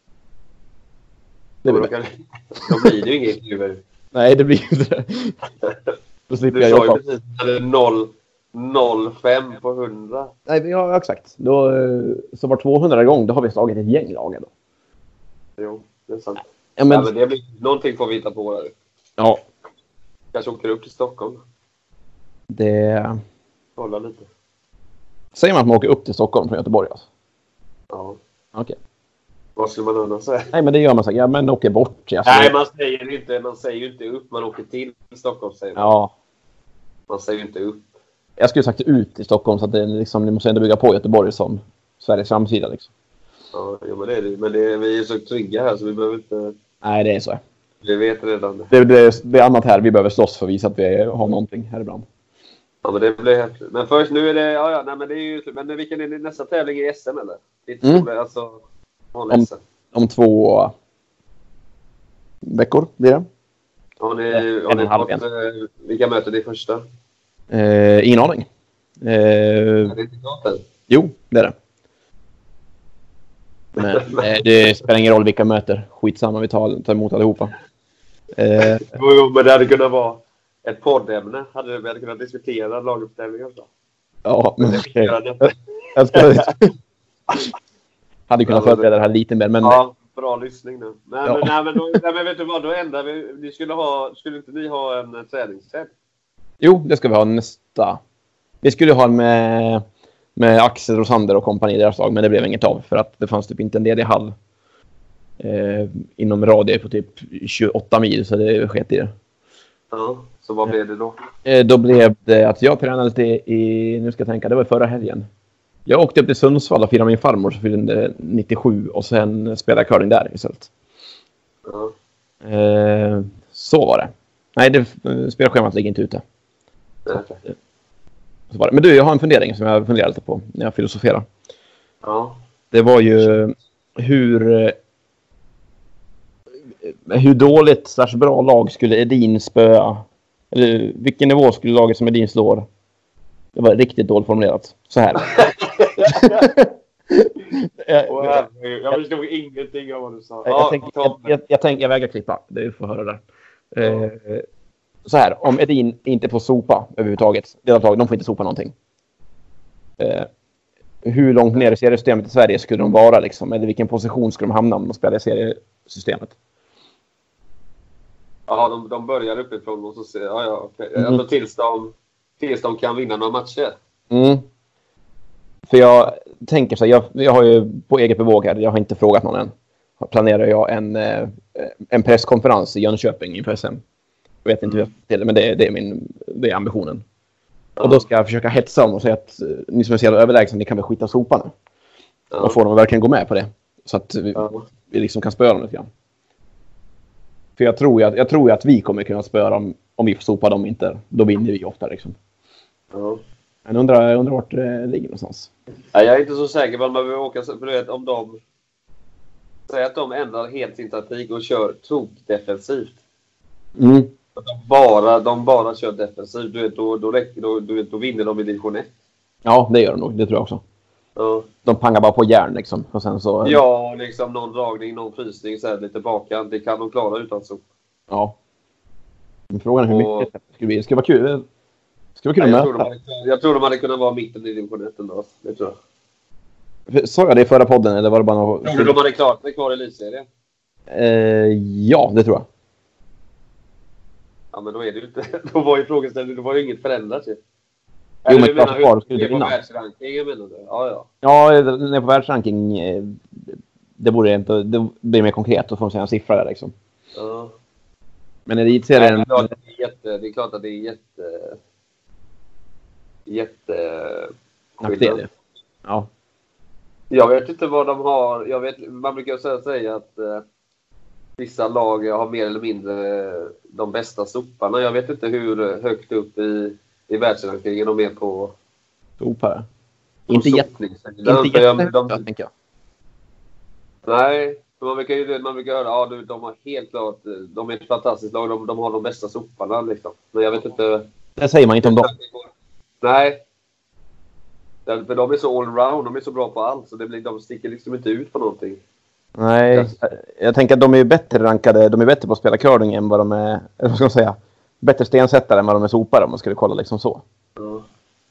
Då blir det ju inget intervjuer. Nej, det blir ju inte det. Då slipper jag jobba. Du sa ju precis 0,5 på 100. Nej, ja, exakt. Då, så var 200 gång, då har vi slagit ett gäng lag då. Jo, det är sant. Ja, men det blir, någonting får vi hitta på där. Ja. Kanske åker upp till Stockholm. Det... Kolla lite. Säger man att man åker upp till Stockholm från Göteborg alltså? Ja. Okej. Vad skulle man annars säga? Nej, men det gör man så. Ja, men åker bort. Alltså, Nej, man säger ju inte upp. Man åker till Stockholm, säger man. Ja. Man säger ju inte upp. Jag skulle sagt ut i Stockholm så att det liksom, ni måste ändå bygga på Göteborg som Sveriges framsida liksom. Ja, men det är det. Men vi är så trygga här så vi behöver inte... Nej, det är så. Vi vet redan det. Det är annat här vi behöver slåss för att visa att vi har någonting här ibland. Ja, men det blir häftigt. Men först nu är det... Ja, nej, men det är ju... Men vilken är nästa tävling i SM, eller? Det är inte så det, alltså... Om 2 veckor blir det. Har ni fått... Vilka möten är första? Ingen aning. Är det inte klart än? Jo, det är det. Men det spelar ingen roll vilka möter. Skitsamma, vi tar emot allihopa. Men det hade kunnat vara ett poddämne. Vi hade kunnat diskutera laguppställningar. Ja, men okej. Jag hade kunnat förbereda det här lite mer. Men... Ja, bra lyssning nu. Men vet du vad? Då ändrar vi. Ni skulle inte ni ha en träningsträff? Jo, det ska vi ha nästa. Vi skulle ha med Axel Rosander och kompani i deras lag, men det blev inget av för att det fanns typ inte en ledig hall inom radie på typ 28 mil, så det sket i det. Ja, så vad blev det då? Då blev det att jag tränade lite nu ska jag tänka, det var förra helgen. Jag åkte upp till Sundsvall och firade min farmor som fyllde 97 och sen spelade curling där istället. Ja. Så var det. Nej, det spelschemat ligger inte ute. Okay. Så var det. Men du, jag har en fundering som jag funderar lite på när jag filosoferar. Ja. Det var ju hur dåligt / bra lag skulle Edin spöa? Eller vilken nivå skulle laget som Edin slår? Det var riktigt dåligt formulerat. Så här. Jag förstod ingenting av vad du sa. Jag vägrar klippa. Du får höra där. Så här, om Edin inte får sopa överhuvudtaget, de får inte sopa någonting. Hur långt ner i seriesystemet i Sverige skulle de vara liksom? Eller vilken position skulle de hamna om de spelar i seriesystemet? Ja, de börjar uppifrån och så ser okay. Alltså tills de kan vinna några matcher. Mm. För jag tänker så här, jag har ju på eget bevåg här, jag har inte frågat någon än. Planerar jag en presskonferens i Jönköping inför SM. Jag vet inte hur jag får till det, men det är ambitionen. Ja. Och då ska jag försöka hetsa dem och säga att ni som är så jävla överlägsna, ni kan väl skita sopa nu. Ja. Och få dem att verkligen gå med på det. Så att vi liksom kan spöa dem lite grann. För jag tror ju att vi kommer kunna spöa dem om vi får sopa dem inte. Då vinner vi ofta liksom. Ja. Jag undrar vart det ligger någonstans. Nej, jag är inte så säker på att man behöver åka. För du vet, om de säger att de ändrar helt sin taktik och kör defensivt. Mm. De bara kör defensivt. Du vet, då vinner de i division 1. Ja, det gör de nog. Det tror jag också. Ja. De pangar bara på järn liksom. Och sen så... Ja, liksom någon dragning, någon frysning så här, lite baka. Det kan de klara utan så. Ja. Men frågan är hur mycket det skulle bli. Det skulle vara kul. Att möta. Jag tror de hade kunnat vara mitten i division 1 ändå. Det tror jag. Sa jag det i förra podden eller var det bara något... Tror du de hade klarat sig kvar i elitserien? Ja, det tror jag. Ja, men då är det ju inte... Då var ju frågeställningen, då var ju inget förändrat ju. Jo, men klart skulle du vinna. På världsrankingen menar du? Ja. Ja, när på världsranking det blir mer konkret. Då får man säga en siffra där liksom. Ja. Men elitserien... Det är klart att det är jätte ja. Jag vet inte vad de har. Man brukar säga att vissa lag har mer eller mindre de bästa soparna. Jag vet inte hur högt upp i världsrankingen de är på sopare. Inte jättehögt, tänker jag. Nej, man brukar höra de har helt klart, de är ett fantastiskt lag, de har de bästa soparna liksom. Men jag vet inte. Det säger man inte om dem. Nej. För de är så allround, de är så bra på allt så de sticker liksom inte ut på någonting. Nej, jag tänker att de är bättre rankade, de är bättre på att spela curling än vad de är, eller vad ska man säga, bättre stensättare än vad de är sopare om man skulle kolla liksom så. Ja.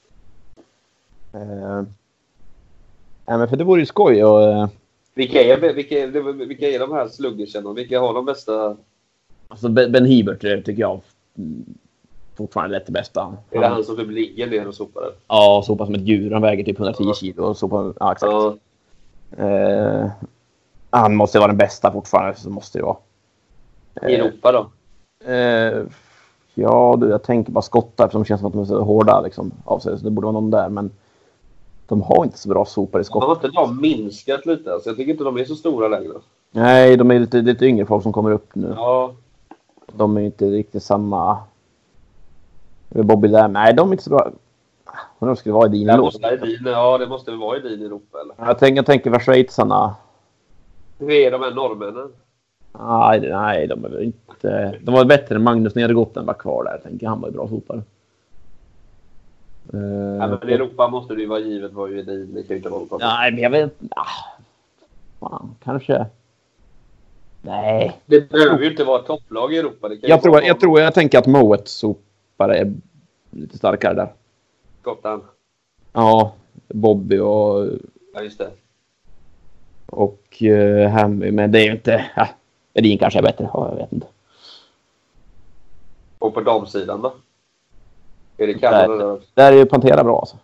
Men för det vore ju skoj och... Vilka är de här sluggersen? Vilka har de bästa? Alltså Ben Hiebert tycker jag fortfarande är det bästa. Är det han som typ ligger ner och sopar? Ja, sopar som ett djur. Han väger typ 110 kilo och sopar... Ja, exakt. Ja. Han måste vara den bästa fortfarande, så måste det vara. I Europa då? Ja, jag tänker bara skottar, för de känns som att de är så hårda liksom, av sig. Så det borde vara någon där, men de har inte så bra sopar i skott. Har inte de minskat lite? Alltså, jag tycker inte de är så stora längre. Nej, de är lite yngre folk som kommer upp nu. Ja. De är inte riktigt samma... Bobby Lamb. Nej, de är inte så bra. De skulle vara i din lås. Ja, det måste väl vara i din Europa, eller? Jag tänker vad schweizarna... Hur är de här norrmännen? Nej, de är väl inte... De var bättre än Magnus Nedergotten var kvar där. Jag tänker han var ju bra sopare. Men i Europa måste det ju vara givet vad ju är din. Det kan ju inte vara. Nej, men jag vet... Fan, kanske... Nej. Det behöver ju inte vara ett topplag i Europa. Det kan Jag tänker att Moet sopare är lite starkare där. Skottan. Ja, Bobby och... Ja, just det. Och Hammy, men det är ju inte... Edin kanske är bättre, jag vet inte. Och på damsidan då? Är det Kanada där är ju Pantera bra alltså.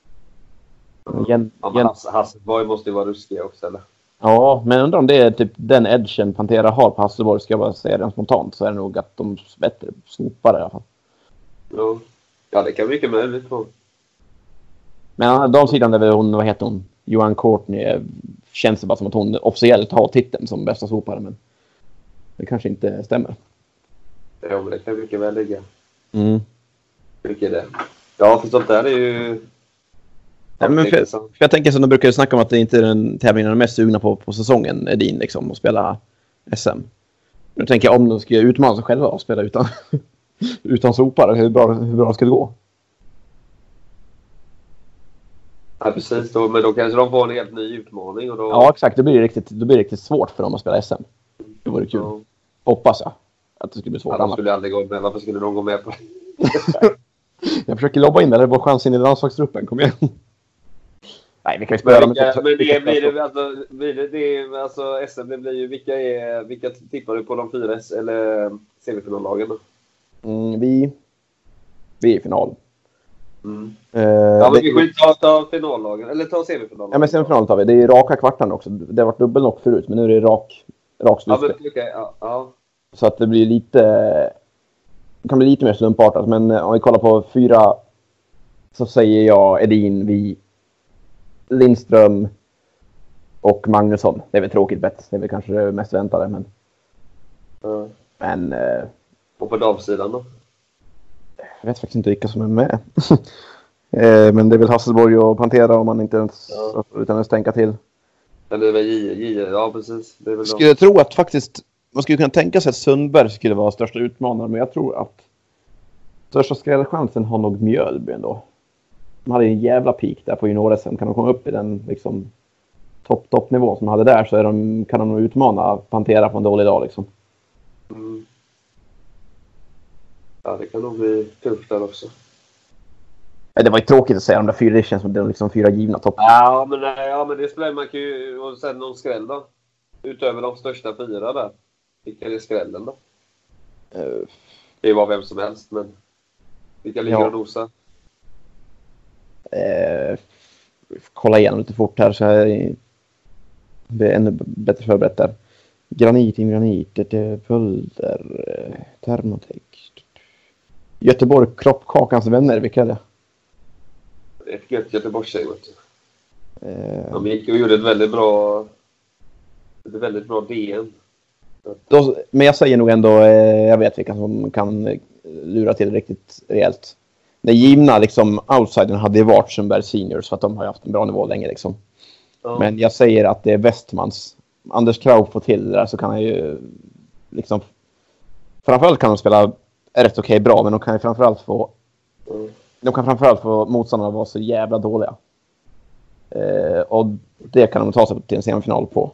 Hasselborg måste ju vara ruskig också, eller? Ja, men undrar om det är typ den edgen Pantera har på Hasselborg, ska jag bara säga den spontant, så är det nog att de bättre sopar i alla fall. Ja, det kan mycket möjligt på. Men de sidan där hon, vad heter hon? Johan Courtney, känns det bara som att hon officiellt har titeln som bästa sopare, men det kanske inte stämmer. Ja, men det kan mycket väl ligga. Mycket det. Ja, för sånt där är ju... Ja, men för jag tänker som de brukar snacka om att det inte är den tävlingen de är mest sugna på säsongen, Edin, liksom, att spela SM. Jag tänker om de ska utmana sig själva och spela utan sopare, hur bra ska det gå? Ja, precis. Men då kanske de får en helt ny utmaning. Och då... Ja, exakt. Det blir riktigt svårt för dem att spela SM. Det vore kul. Ja. Hoppas jag att det skulle bli svårt. Ja, de skulle aldrig gå med. Varför skulle de gå med på det? Jag försöker lobba in där. Det är bara chans in i landslagsgruppen. Kom igen. Nej, vi kan ju spela dem. Men SM, det blir ju... Vilka tippar du på de 4 eller semifinallagen då? Vi är i final. Ja, men vi får inte ta finallagen, eller ta semifinalen. Ja, men semifinalen tar vi. Det är raka kvartan också. Det har varit dubbelnock förut, men nu är det rak slutspel. Ja. Så att det blir det kan bli lite mer slumpartat. Men om vi kollar på 4 så säger jag Edin, vi, Lindström och Magnusson. Det är väl tråkigt bett. Det är väl kanske det mest väntade, men... Men... Och på damsidan då? Jag vet faktiskt inte vilka som är med. Men det är väl Hasselborg och Pantera om man inte ens utan att tänka till. Eller det är väl ja precis. Det är väl skulle tro att faktiskt man skulle kunna tänka sig att Sundberg skulle vara största utmanare, men jag tror att största skrällchansen har nog Mjölby ändå. De hade en jävla peak där på junior-SM. Kan de komma upp i den liksom toppnivå som de hade där, så kan de nog utmana Pantera på en dålig dag liksom. Ja, det kan nog bli tufft där också. Det var ju tråkigt att säga de där 4, det känns som de liksom 4 givna topp. Ja, men det spelar man kan ju... Och sen någon skräll då? Utöver de största 4 där. Vilka är skrällen då? Det var vem som helst, men... Vilka ligger och nosar? Kolla igenom lite fort här, så här det är ännu bättre förberett där. Granit, Pulder, Thermotech. Göteborg, Kroppkakans vänner, vilka är det? Det är ett gött Göteborgstjej, vet du. De gick och gjorde ett väldigt bra DN. Men jag säger nog ändå, jag vet vilka som kan lura till riktigt rejält. Det givna liksom outsidern hade varit Sundberg Seniors, för att de har haft en bra nivå länge liksom. Men jag säger att det är Westmans. Anders Krauf får till det där, så kan han ju liksom... Framförallt kan de spela rätt okej bra, men de kan ju framförallt få... De kan framförallt få motståndarna vara så jävla dåliga. Och det kan de ta sig till en semifinal på.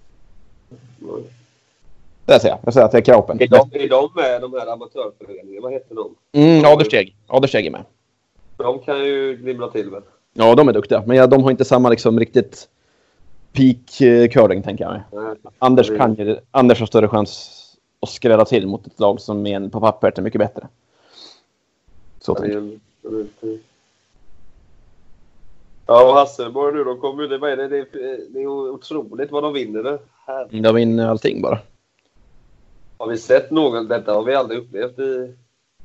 Det säger jag. Jag säger att det är Kraupen. Är de med de här amatörföreningarna? Vad heter de? Adlersteg är med. De kan ju glimra till väl? Ja, de är duktiga. Men de har inte samma liksom riktigt peak curling, tänker jag mig. Nej. Anders har större chans att skrälla till mot ett lag som är på pappret är mycket bättre. Så tänker jag. Ja, och Hasselborg nu, de kommer ju... Det är otroligt vad de vinner det här. De vinner allting bara. Har vi sett någon? Detta har vi aldrig upplevt i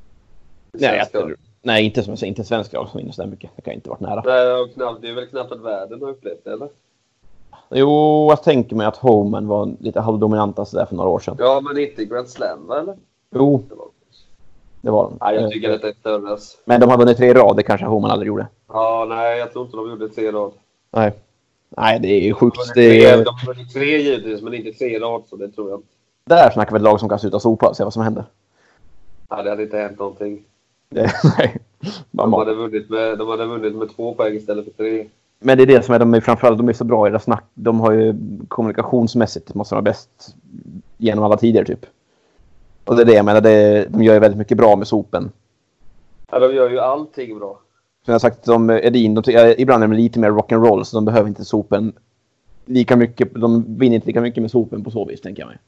Nej, inte som jag säger, inte svenska lag som vinner så där mycket. Det kan inte varit nära. Nej, och knappt, det är väl knappt att världen har upplevt det, eller? Jo, jag tänker mig att Homen var lite halvdominanta så där för några år sedan. Ja, men inte Grand Slam, va, eller? Jo, det var de. Nej, jag tycker att det är större. Men de har vunnit 3 rad, det kanske Homen aldrig gjorde. Ja, nej, jag tror inte de gjorde 3 rad. Nej, det är ju sjukt. De har vunnit 3 givetvis, men inte 3 rad, så det tror jag inte. Där snackar vi ett lag som kan sluta sopa och se vad som händer. Nej, det hade inte hänt någonting. Nej. De hade vunnit med 2 poäng istället för 3. Men det är det som är, de är så bra i det snack. De har ju kommunikationsmässigt måste vara bäst genom alla tider typ. Och det är det jag menar, de gör ju väldigt mycket bra med sopen. Ja, de gör ju allting bra. Som jag har sagt, Edin, ibland är de lite mer rock'n'roll så de behöver inte sopen lika mycket. De vinner inte lika mycket med sopen på så vis, tänker jag mig.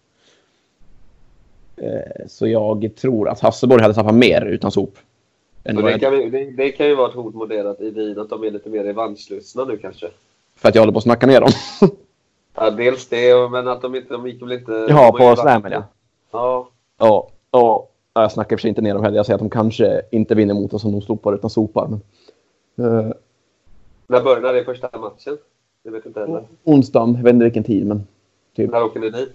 Så jag tror att Hasselborg hade tappat mer utan sop. Det kan ju vara ett hot mot deras Edin att de är lite mer revanschlystna nu kanske. För att jag håller på att snacka ner dem. Ja, dels det, men att de gick väl inte... Ja, på slammen, ja. Ja. Ja. Jag snackar för sig inte ner dem heller. Jag säger att de kanske inte vinner mot oss om de slopar utan sopar. Men, när börjar det första matchen? Jag vet inte heller. Onsdagen, jag vet inte vilken tid, men... Typ. När åker ni dit?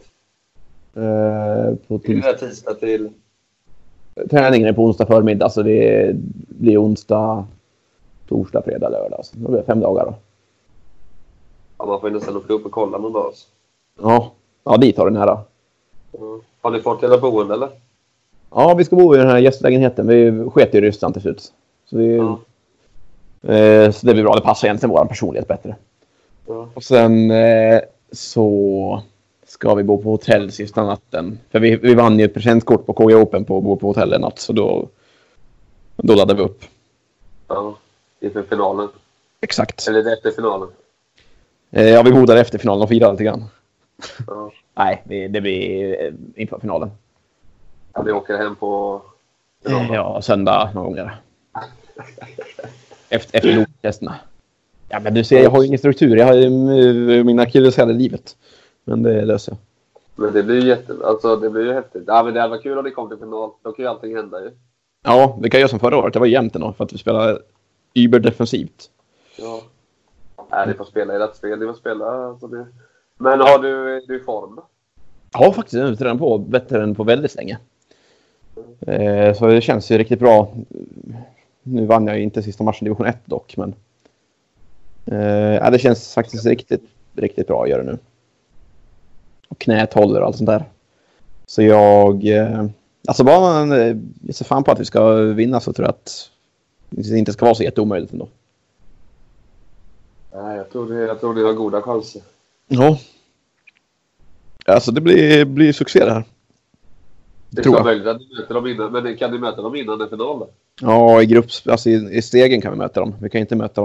På tisdag till... Träningen är på onsdag förmiddag, så det blir onsdag, torsdag, fredag, lördag. Så det blir 5 dagar då. Ja, man får ju nästan åka upp och kolla någon dag. Ja, dit har det nära. Har ni fått hela boende, eller? Ja, vi ska bo i den här gästlägenheten. Vi sket i Ryssland till slut. Så, så det blir bra. Det passar egentligen vår personlighet bättre. Ja. Och sen så ska vi bo på hotell sista natten. För vi vann ju ett presentkort på KJ Open på att bo på hotell en natt. Så då laddade vi upp. Ja, inför finalen. Exakt. Eller efter finalen. Ja, vi bodde efter finalen och firade lite grann. Ja. Nej, det blir inför finalen. Ja, vi åker hem på finalen. Ja, söndag någon gång där. Efter lottesterna. Ja, men du ser, jag har ju ingen struktur. Jag har ju mina akilleshäl i livet. Men det löser jag. Men det blir ju det blir ju häftigt. Ja, men det var kul om det kom till final. Då kan ju allting hända ju. Ja, det kan jag som förra året. Det var jämnt ändå för att vi spelade überdefensivt. Ja. Nej, det får spela i rätt spel. Det får spela. Alltså det. Men har du i form då? Ja, faktiskt. Jag har tränat på bättre än på väldigt länge. Så det känns ju riktigt bra. Nu vann jag ju inte sista matchen i division 1 dock. Men det känns faktiskt riktigt bra att göra nu. Och knät håller och allt sånt där. Så jag... Alltså bara man ser fan på att vi ska vinna så tror jag att det inte ska vara så jätteomöjligt ändå. Nej, jag tror det har goda chanser. Ja. Alltså det blir succé det här. Det är så möjligt att du möter dem innan. Men kan du möta dem innan en final då? Ja, alltså i stegen kan vi möta dem. Vi kan inte möta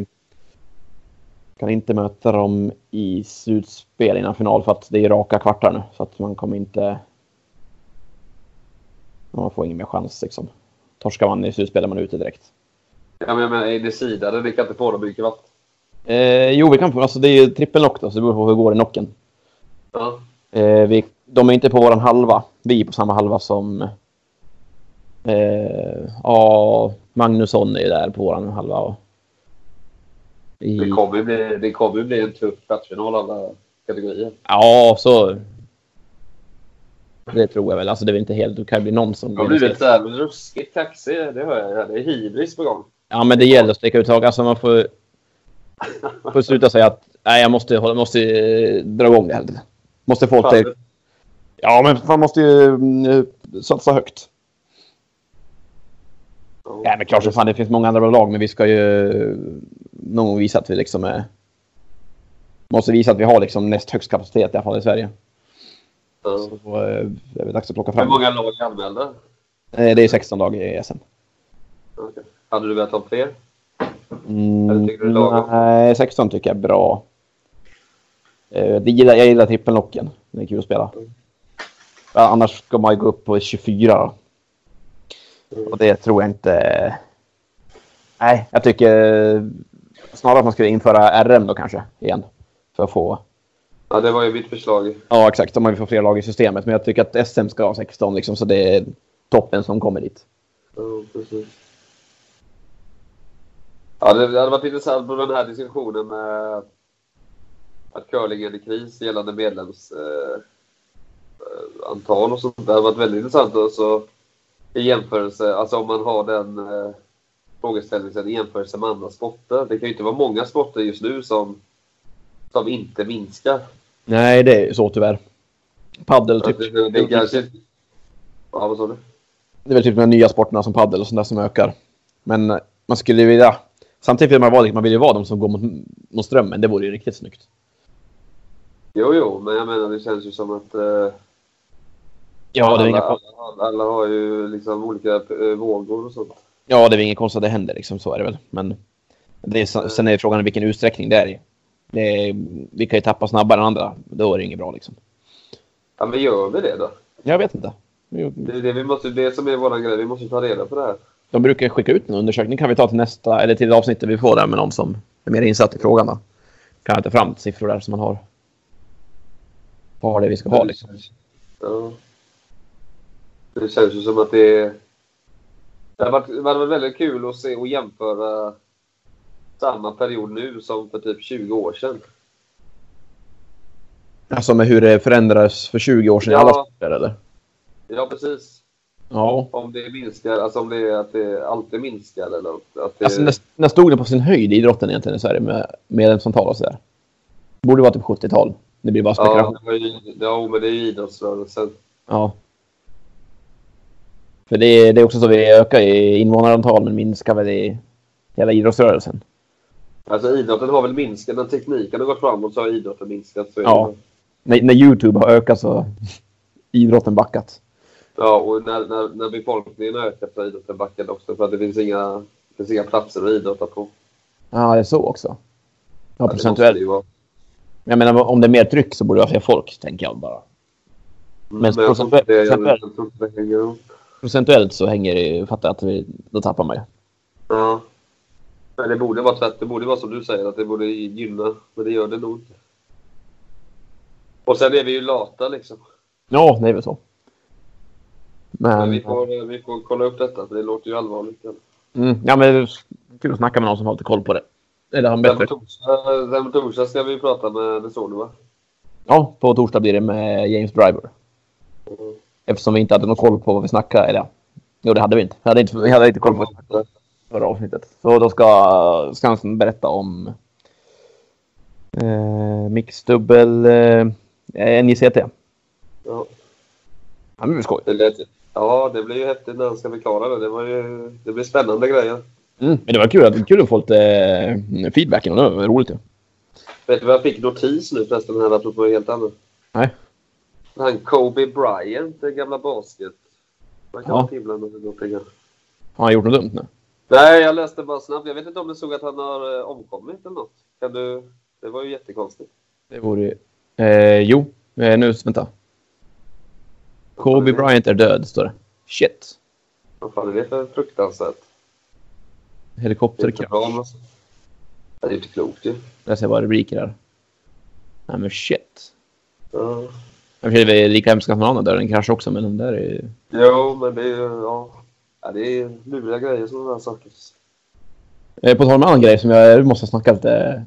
dem i slutspel innan final för att det är raka kvartar nu. Så att man kommer inte... Man får ingen mer chans liksom. Torskar man i slutspel är man ute direkt. Ja, men är det sidade? Vi kan inte få dem mycket vatten. Jo, vi kan få. Alltså det är ju trippelnock då, så det beror på hur det går i nocken. Ja. De är inte på våran halva. Vi är på samma halva som... Magnusson är ju där på våran halva. Och det kommer bli en tuff kvartsfinal alla kategorier. Ja, så... Det tror jag väl. Alltså det är väl inte helt... Det kan bli någon som... Det har blivit så här ruskigt taxi. Det hör jag. Det är hybris på gång. Ja, men det gäller att sträcka ut tag. Alltså man får sluta säga att nej, jag måste dra igång det här. Måste få det. Ja, men man måste ju satsa högt. Ja, men klart så fan, det finns många andra lag, men vi ska ju någon gång visa att vi liksom måste visa att vi har liksom näst högst kapacitet i alla fall i Sverige. Så det är dags att plocka fram. Hur många lag anmälda? Det är 16 lag i SM. Okay. Hade du velat ha fler? Nej, 16 tycker jag är bra. Jag gillar trippelnocken. Det är kul att spela. Annars ska man ju gå upp på 24 då. Och det tror jag inte... Nej, jag tycker Snarare att man skulle införa RM då kanske igen. För att få... Ja, det var ju mitt förslag. Ja, exakt. Om man vill få fler lag i systemet. Men jag tycker att SM ska ha 16 liksom, så det är toppen som kommer dit. Ja, precis. Ja, det hade varit intressant på den här diskussionen med att curling är i kris gällande antal och sånt. Det hade varit väldigt intressant också i jämförelse, alltså om man har den frågeställningen i jämförelse med andra sporter. Det kan ju inte vara många sporter just nu som inte minskar. Nej, det är så tyvärr. Paddel typ. Det kanske... Ja, vad sa du? Det är väl typ de nya sporterna som paddel och sånt där som ökar. Men man skulle vilja... Samtidigt vill man vill ju vara de som går mot strömmen. Det vore ju riktigt snyggt. Jo, men jag menar det känns ju som att... Ja, det är inga alla har ju liksom olika vågor och sånt. Ja, det är inget konstigt att det händer liksom, så är det väl. Men sen är frågan i vilken utsträckning det är. Vi kan ju tappa snabbare än andra. Då är det inget bra liksom. Ja, men gör vi det då? Jag vet inte. Det är det som är våran grej. Vi måste ta reda på det här. De brukar skicka ut en undersökning. Kan vi ta till nästa, eller till avsnittet vi får där med någon som är mer insatt i frågan då. Kan jag ta fram siffror där som man har. Vad har det vi ska ha liksom. Ja. Det känns ju som att det hade varit väldigt kul att se och jämföra samma period nu som för typ 20 år sedan. Alltså med hur det förändrades för 20 år sedan i alla sporter, eller? Ja, precis. Ja. Om det minskar, alltså om det är att det alltid minskar eller att det... Alltså när stod det på sin höjd i idrotten egentligen i Sverige med medlemsantal och sådär? Det borde vara typ 70-tal. Det blir bara spekulation. Ja, men det är ju idrottsrörelsen. Ja. För det är också så vi ökar i invånarantal men minskar väl i hela idrottsrörelsen. Alltså idrotten har väl minskat, när tekniken har gått framåt så har idrotten minskat. Så ja, när YouTube har ökat så har idrotten backat. Ja, och när befolkningen har ökat så har idrotten backat också för att det finns inga platser att idrotta på. Ja, det är så också. Ja, ja, procentuellt. Jag menar, om det är mer tryck så borde det vara fler folk, tänker jag bara. Men procentuellt så hänger det, fattar att då tappar man ju. Ja. Men det borde vara tvärt. Det borde vara som du säger, att det borde gynna. Men det gör det nog inte. Och sen är vi ju lata liksom. Ja, det är väl så. Men vi får kolla upp detta, för det låter ju allvarligt. Ja, men det är kul att snacka med någon som har lite koll på det. Eller han bättre. Den på torsdag ska vi prata med det, så nu, va? Ja, på torsdag blir det med James Driver. Eftersom vi inte hade någon koll på vad vi snackade. Eller, jo, det hade vi inte. Vi hade inte koll på det förra avsnittet. Så då ska han berätta om mixdubbel NJCT. Ja. Ja, men det skoj. Ja, det blir ju häftigt när han ska förklara det. Det blir spännande grejer. Men det var kul att få lite feedback. Det var roligt. Ja. Vet du vad jag fick notis nu förresten här apropå helt annat? Nej. Han Kobe Bryant, den gamla basket. Man kan ha himla med någonting. Har han gjort något dumt nu? Nej, jag läste bara snabbt. Jag vet inte om du såg att han har omkommit eller något. Det var ju jättekonstigt. Det vore jo. Nu, vänta. Kobe Bryant är död, står det. Shit. Vad fan är det för fruktansvärt? Helikopterkrasch. Det är inte klokt ju. Jag ser bara rubriker här. Nej, men shit. Ja. Jag försöker det är lika hemskt att någon annan dör en krasch också, men den där är ju... Jo, men det är ju... Ja, det är luriga grejer, sådana där saker. På tal om en annan grej som jag måste snacka lite...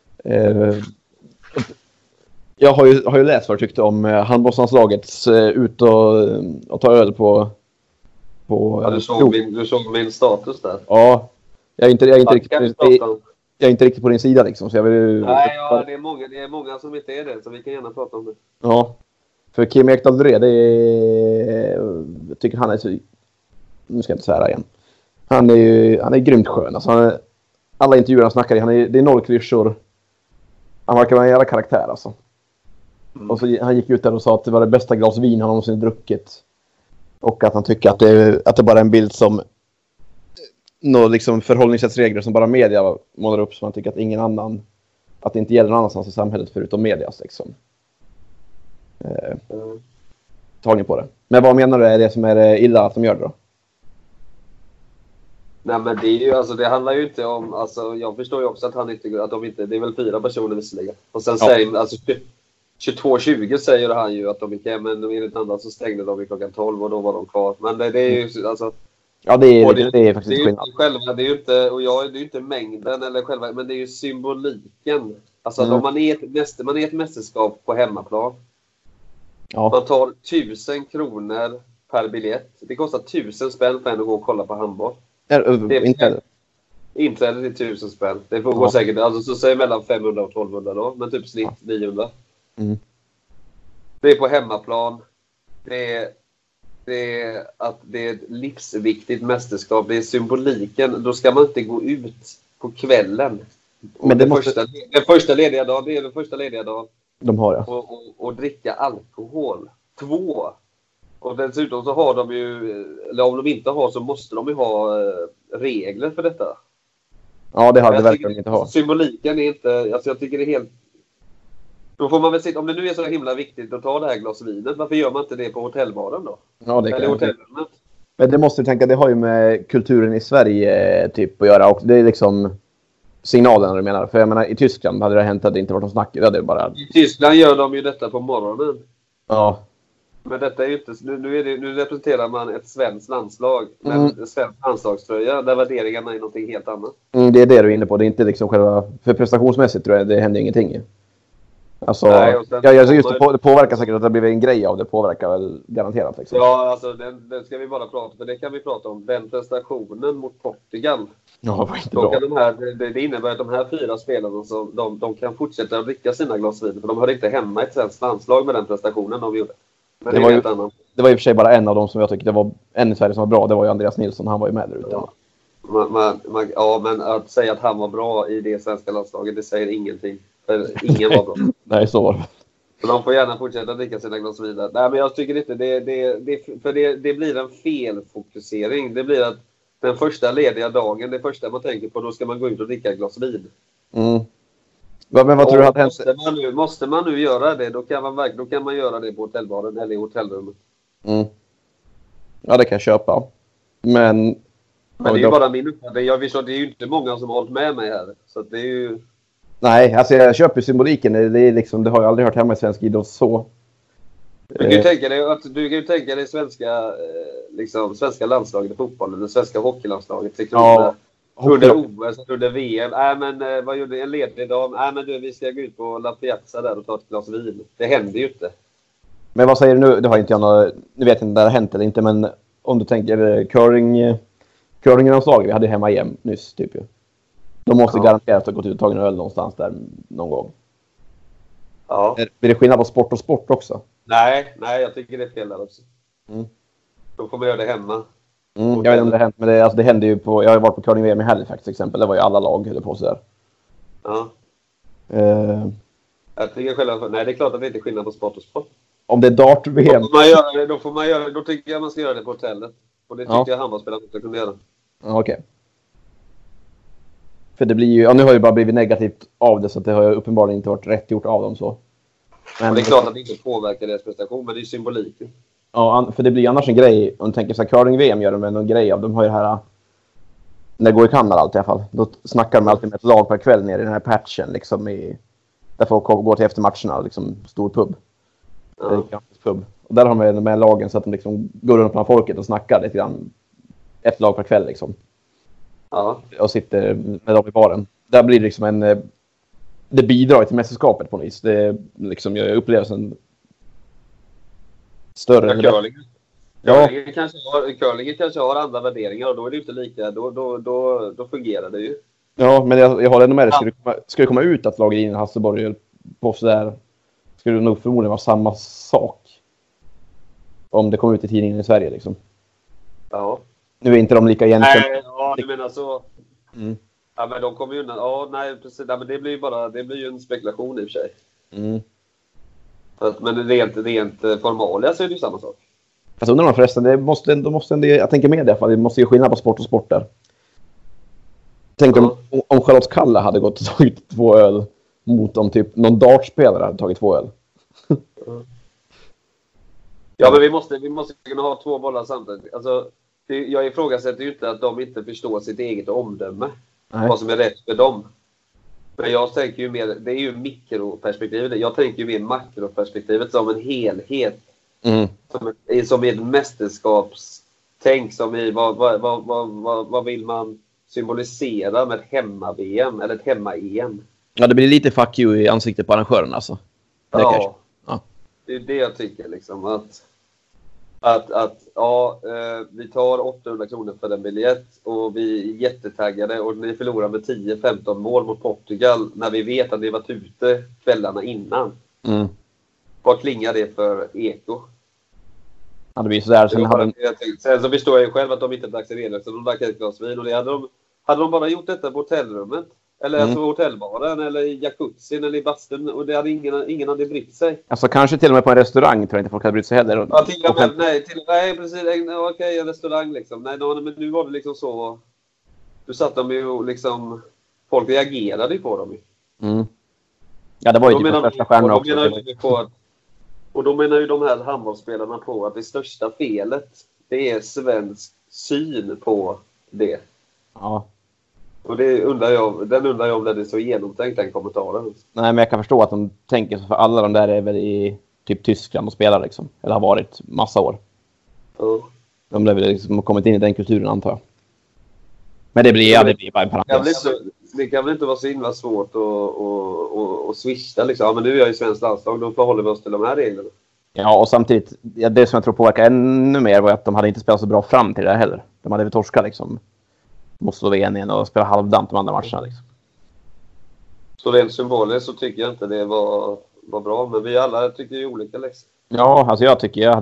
Jag har ju läst vad jag tyckte om handbollslandslagets ut och ta öl på ja, du såg min status där. Ja, jag är inte riktigt på din sida liksom, så jag vill... Nej, ja, det är många som inte är det, så vi kan gärna prata om det. Ja, för Kim Ekdahl Dre, jag tycker han är så... Nu ska jag inte säga igen. Han är grymt skön. Alltså, alla intervjuer han snackar i, det är 0 klyschor. Han verkar vara en jävla karaktär alltså. Och så han gick ut där och sa att det var det bästa glas vin han någonsin druckit. Och att han tycker att det bara är en bild som några liksom förhållningssättsregler som bara media målar upp, som han tycker att ingen annan, att det inte gäller någon annanstans i samhället förutom medias liksom. Tagen på det. Men vad menar du är det som är illa att de gör det då? Nej, men det är ju, alltså, det handlar ju inte om, alltså, jag förstår ju också att de inte, det är väl 4 personer visserligen. Och sen säger, alltså 22:20 säger han ju att de gick hem, men enligt andra så stängde de klockan 12 och då var de kvar. Men det är ju, alltså. Ja, det är faktiskt skillnad. Själva, det är ju inte, och jag, det är ju inte mängden eller själva, men det är ju symboliken. Alltså att om man är ett mästerskap på hemmaplan. Ja. Man tar 1000 kronor per biljett. Det kostar 1000 spänn för en att gå och kolla på handboll. Inträdet till 1000 spänn. Det får gå säkert, alltså så säger mellan 500 och 1200 då, men typ snitt 900. Det är på hemmaplan. Det är ett livsviktigt mästerskap. Det är symboliken. Då ska man inte gå ut på kvällen. Men den första lediga dagen, det är den första lediga dagen. De har det. Och dricka alkohol. 2. Och dessutom så har de ju, eller om de inte har så måste de ju ha regler för detta. Ja, det hade verkligen inte ha. Symboliken är inte, alltså jag tycker det är helt. Då får man väl se, om det nu är så himla viktigt att ta det här glas vinet, varför gör man inte det på hotellbaren då? Ja, det eller hotellrummet. Men det måste du tänka, det har ju med kulturen i Sverige typ att göra. Och det är liksom signalen du menar. För jag menar, i Tyskland hade det hänt att det inte varit någon snack. Det bara. I Tyskland gör de ju detta på morgonen. Ja. Men detta är ju inte, nu representerar man ett svenskt landslag med en svensk landslagströja där värderingarna är någonting helt annat. Det är det du är inne på. Det är inte liksom själva, för prestationsmässigt tror jag det händer ingenting. Alltså, just det påverkar säkert att det blir en grej av det, påverkar väl garanterat. Liksom. Ja, alltså den ska vi bara prata om, för det kan vi prata om. Den prestationen mot Portugal. Ja, var inte bra. Det innebär att de här 4 spelarna så de kan fortsätta att dricka sina glas vin, för de hör inte hemma i ett svenskt landslag med den prestationen de gjorde. Men det var ju i och för sig bara en av dem som jag tyckte det var en i Sverige som var bra. Det var ju Andreas Nilsson, han var ju med där ute. Ja, men att säga att han var bra i det svenska landslaget, det säger ingenting. För ingen var bra. Nej, så var det. Så de får gärna fortsätta dricka sina glas vin. Nej, men jag tycker inte det blir en felfokusering. Det blir att den första lediga dagen, det första man tänker på, då ska man gå ut och dricka ett glas vin. Men vad tror du hade hänt? Måste man nu göra det, då kan man göra det på hotellbaren eller i hotellrummet. Ja, det kan jag köpa. Men det är ju bara min uppfattning. Jag visste att det är ju inte många som har hållit med mig här. Så att det är ju. Nej, alltså jag köper symboliken. Det är liksom, det har jag aldrig hört hemma i svensk idrott så. Du kan ju tänka dig svenska landslaget i fotbollen, det svenska hockeylandslaget. Under OS, under VM. Men vad gjorde en ledig dag? Men vi ska gå ut på La Piazza där och ta ett glas vin. Det händer ju inte. Men vad säger du nu? Det har inte jag något, nu vet jag inte om det har hänt eller inte, men om du tänker curlinglandslaget vi hade hemma igen nyss typ ju. De måste garanterat ha gått ut och tagit en öl någonstans där någon gång. Ja. Blir det skillnad på sport och sport också? Nej, jag tycker det är fel där också. Då får man göra det hemma. Jag vet inte om det har hänt, men det händer ju på. Jag har varit på curling-VM i Halifax till exempel. Det var ju alla lag höll på så där. Ja. Jag tycker själva, nej, det är klart att det inte är skillnad på sport och sport. Om det är dart-VM. Då tycker jag man ska göra det på hotellet. Och det tycker jag handbollsspelare inte kunde göra. Ja, okej. För det blir ju, nu har ju bara blivit negativt av det, så att det har ju uppenbarligen inte varit rätt gjort av dem så. Men det är klart att det inte påverkar deras prestation, men det är symboliken. Ja, för det blir annars en grej, om du tänker så här, curling-VM gör de någon grej av. De har ju det här, när det går i Kanada alltid i alla fall, då snackar de alltid med ett lag per kväll ner i den här patchen liksom där folk går till eftermatcherna, liksom stor pub. Pub. Och där har de med lagen så att de liksom går runt bland folket och snackar lite grann ett lag per kväll liksom. Ja. Och sitter med dem i baren. Där blir det liksom det bidrar till mästerskapet på något vis. Det liksom gör upplevelsen större. Curlingen kanske har andra värderingar och då är det inte lika. Då fungerar det ju. Ja, men jag har ändå med det. Ska det komma ut att laget in i Hasselborg på sådär, skulle det nog förmodligen vara samma sak. Om det kommer ut i tidningen i Sverige liksom. Ja. Nu är inte de lika egentligen. Nej, du menar så. Ja, men de kommer ju undan. Ja, nej, precis. Ja, men det blir ju en spekulation i och för sig. Men rent formalia så är det ju samma sak. Fast undrar man förresten, jag tänker med det, för det måste ju skillnad på sport och sport där. Tänk om Charlotte Kalla hade gått och tagit 2 öl mot om typ någon dartspelare hade tagit 2 öl. Ja, men vi måste kunna ha 2 bollar samtidigt. Alltså, jag ifrågasätter ju inte att de inte förstår sitt eget omdöme. Nej. Vad som är rätt för dem. Men jag tänker ju mer, det är ju mikroperspektivet. Jag tänker ju mer makroperspektivet som en helhet. Mm. Som ett mästerskapstänk. Som i vad vill man symbolisera med ett hemma-VM eller ett hemma-EM? Ja, det blir lite fuck you i ansiktet på arrangören alltså. Det kanske. Ja. Det är det jag tycker liksom. Vi tar 800 kronor för en biljett och vi är jättetaggade och ni förlorar med 10-15 mål mot Portugal när vi vet att ni varit ute kvällarna innan. Mm. Vad klingar det för eko? Ja, det blir sådär. Sen så förstår jag ju själv att de inte drack sig redan så de drack ett glas vin och det hade de bara gjort detta på hotellrummet eller alltså hotellbaren eller i jacuzzin eller i bastun och det hade ingen hade brytt sig. Alltså kanske till och med på en restaurang tror jag inte folk hade brytt sig heller. Ja, till och med, nej precis, okej, en restaurang liksom. Nej, men nu var det liksom så. Du satt de ju och liksom folk reagerade ju på dem. Mm. Ja, det var ju typ de första stjärnorna också. Och då menar ju de här handbollsspelarna på att det största felet det är svensk syn på det. Ja. Och det undrar jag om det är så genomtänkt den kommentaren. Nej, men jag kan förstå att de tänker så för alla de där är väl i typ Tyskland och spelar liksom. Eller har varit massa år. De har väl liksom kommit in i den kulturen antar jag. Men det blir bara en parentes. Det kan väl inte vara så himla svårt att switcha liksom. Ja, men nu är jag i svensk landslag, då förhåller vi oss till de här reglerna. Ja, och samtidigt, det som jag tror påverkar ännu mer var att de hade inte spelat så bra fram till det här heller. De hade väl torskat liksom mot Slovenien och spelat halvdant de andra matcherna liksom. Så rent symboliskt så tycker jag inte det var bra, men vi alla tycker ju olika liksom. Ja, alltså jag tycker jag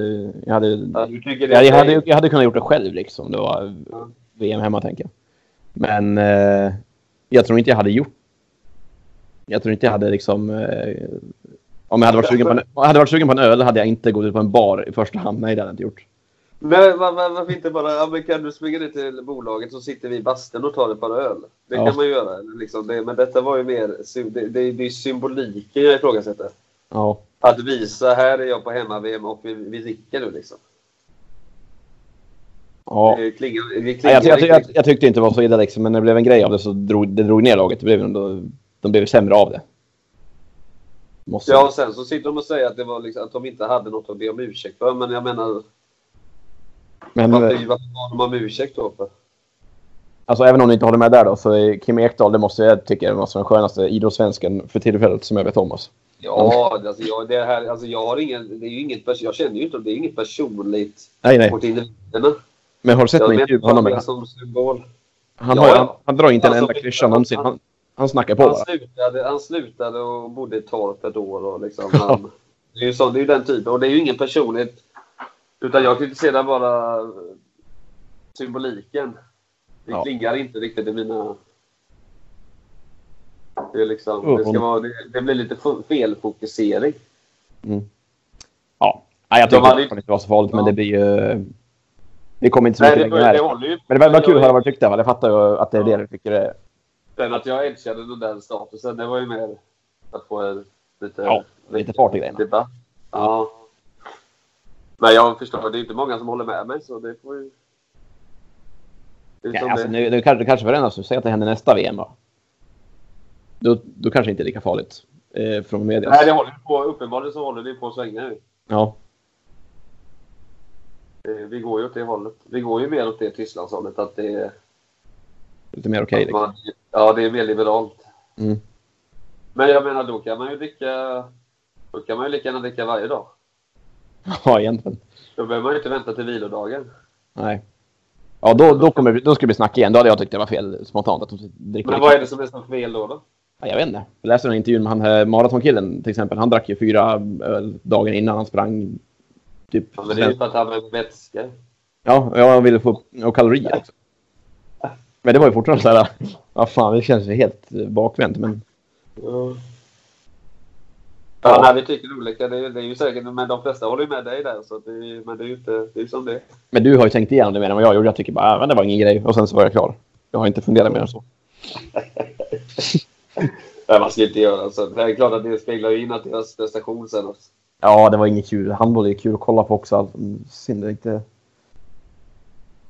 hade kunnat gjort det själv liksom. Det var VM hemma tänker jag. Men jag tror inte jag hade gjort. Jag tror inte jag hade liksom om jag hade varit sugen på en öl hade jag inte gått ut på en bar i första hand. Nej, det hade jag inte gjort. Men varför inte bara kan du springa ner till bolaget så sitter vi i basten och tar ett par öl. Det kan man göra liksom men detta var ju mer det är symboliken jag ifrågasätter. Ja. Att visa här är jag på hemma-VM och vi dricker nu liksom. Ja. Jag tyckte inte det var så illa liksom, men när det blev en grej av det så drog ner laget. De blev sämre av det. Ja, och sen så sitter de och säger att det var liksom, att de inte hade något att be om ursäkt för, men jag menar varför var de om ursäkt då för? Alltså även om ni inte håller med där då, så är Kim Ekdahl, det måste jag tycka är den skönaste idrottssvensken för tillfället som jag vet om oss. Ja, alltså jag har ingen, det är ju inget, jag känner ju inte det är inget personligt mot individerna. Men har du sett någon intervju med honom? Som symbol. Han drar inte en enda klyscha någonsin. Han snackar på han slutade och bodde i ett torp ett år och liksom det är ju så, det är ju den typen och det är ju ingen personligt utan jag kritiserar bara symboliken. Det klingar inte riktigt i mina. Det är liksom det blir lite felfokusering. Mm. Ja, jag tycker att det inte var så farligt men det blir ju det kommer inte så mycket längre. Men det var kul att höra vad du tyckte. Jag fattar ju att det är det du tycker. Sen att jag älskade den statusen, det var ju mer att få lite fart i grejerna. Ja. Men jag förstår, det är inte många som håller med mig så det får ju. Alltså, nu kanske förändras. Säg att det händer nästa VM då. Då kanske inte är lika farligt från media. Nej, det håller på. Uppenbarligen så håller det på att svänga nu. Ja. Vi går ju åt det hållet. Vi går ju mer åt det Tysklandshållet att det är lite mer okej. Liksom. Ja, det är mer liberalt. Mm. Men jag menar, då kan man ju lika gärna dricka varje dag. Ja, egentligen. Då behöver man ju inte vänta till vilodagen. Nej. Ja, då ska det bli snack igen. Då hade jag tyckt det var fel spontant att de dricker. Men vad är det som är så fel då? Ja, jag vet inte. Jag läste en intervju med han maratonkillen till exempel. Han drack ju 4 öl dagen innan han sprang. Typ. Ja, men det är ju för att han var vätska. Ja, jag ville få kalorier också. Men det var ju fortfarande så här. Ja, fan, det känns ju helt bakvänt, men. Ja, nej, vi tycker olika. Det är ju säkert, men de flesta håller ju med dig där. Så men det är ju inte, det är som det. Men du har ju tänkt igenom det mer än vad jag gjorde. Jag tycker bara, men det var ingen grej. Och sen så var jag klar. Jag har inte funderat mer än så. Nej, man ska inte göra så. Det är klart att det speglar ju in att deras prestation sen också. Ja, det var inget kul. Handboll är kul att kolla på också. Synd inte.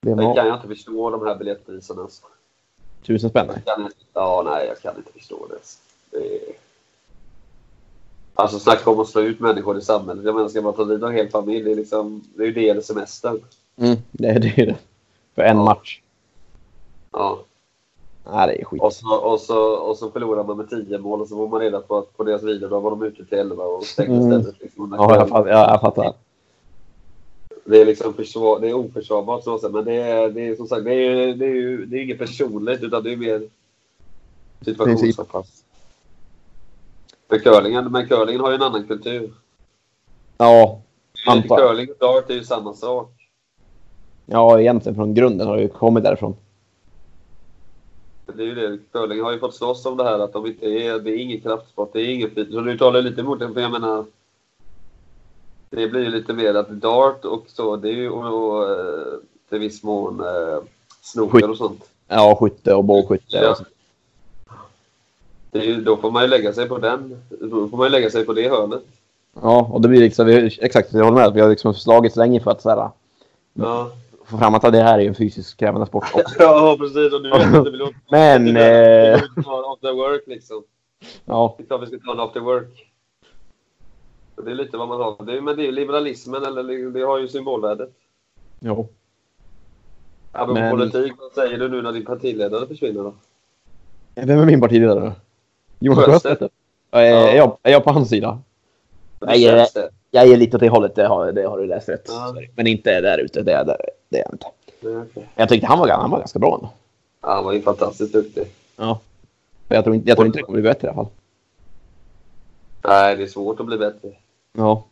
Det kan jag inte förstå, de här biljettpriserna. Alltså. 1000 spänn? Jag kan inte förstå det. Alltså snacka om att slå ut människor i samhället. Jag menar, ska man ta dit en hel familj? Det är, liksom, det är ju det eller semester. Det är det. För en match. Ja. Nej, det är skit. Och så förlorar man med 10 mål och så får man reda på att på deras video då var de ute till 11 och stängde stället. Liksom, ja, jag fattar. Det är liksom det är oförsvarbart så, men det är som sagt det är inget personligt utan det är mer situationsanpass. Men curlingen har ju en annan kultur. Ja, curling och dart är ju samma sak. Ja, egentligen från grunden har det ju kommit därifrån. Det är ju det. Curling har ju fått slåss om det här att det är ingen kraftsport, det är inget fint. Så du talar lite emot det, för jag menar det blir ju lite mer att dart och så, det är ju till viss mån snooker och sånt. Ja, skytte och bågskytte. Ja. Och sånt. Det är ju, då får man ju lägga sig på det hörnet. Ja, och det blir liksom, exakt, jag håller med. Vi har liksom slagits länge för att så här, få fram att det här är en fysiskt krävande sport också. Ja, precis. Och du vet inte, vill men after work liksom. Ja. Det är klart vi ska ta en after work. Det är lite vad man har. Men det är ju liberalismen, eller det har ju symbolvärdet. Jo. Ja, men politik, vad säger du nu när din partiledare försvinner då? Vem är min partiledare? Jonas Sjöstedt? Är jag på hans sida? Jag är lite åt det hållet, det har du läst rätt. Ja. Men inte där ute, det är jag inte. Okay. Jag tyckte han var ganska bra ändå. Ja, han var ju fantastiskt duktig. Ja. Jag tror inte det kommer bli bättre i alla fall. Nej, det är svårt att bli bättre. Ja.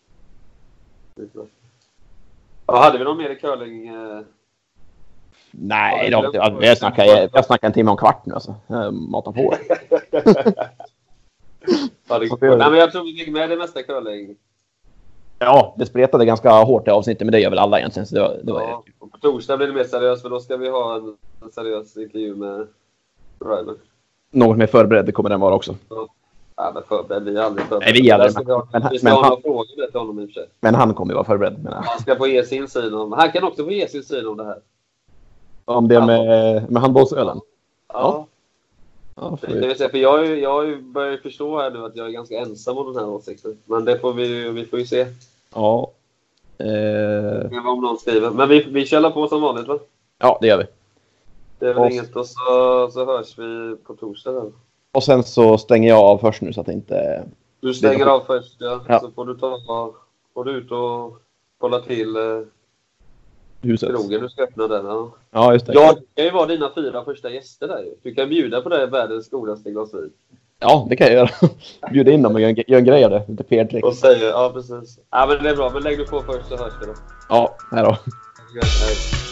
Ja, hade vi någon mer i curling? Nej, jag snackar en timme om kvart nu alltså. Mata på. Nej, men jag tror vi fick med det mesta curling. Ja, det spretade ganska hårt i avsnittet, men det gör väl alla egentligen. Så det var och på torsdag blir det mer seriöst, för då ska vi ha en seriös intervju med Ryman. Något mer förberedd kommer den vara också. Ja, men förberedd, vi är aldrig förberedd. Nej, vi är aldrig. Vi ska ha några frågor med till honom i och för sig. Men han kommer ju vara förberedd. Han ska få ge sin syn om. Han kan också få ge sin syn om det här. Om det med handbollsölen? Ja. Det vill säga, för jag börjar förstå här nu att jag är ganska ensam om den här åsikten. Men det får vi får ju se. Ja. Om någon skriver. Men vi källar på som vanligt, va? Ja, det gör vi. Det är väl inget, och så hörs vi på torsdag då. Och sen så stänger jag av först nu så att det inte... Du stänger av först, ja. Så får du ut och hålla till huset. Krogen, du ska öppna den. Ja, just det. Jag kan ju vara dina 4 första gäster där. Du kan bjuda på det världens godaste glas vin. Ja, det kan jag göra. Bjuda in dem och gör en grej av det. Lite PR-trick. Och säger, ja precis. Ja, men det är bra. Men lägg du på först så hörs vi då. Ja, hej då. Hej.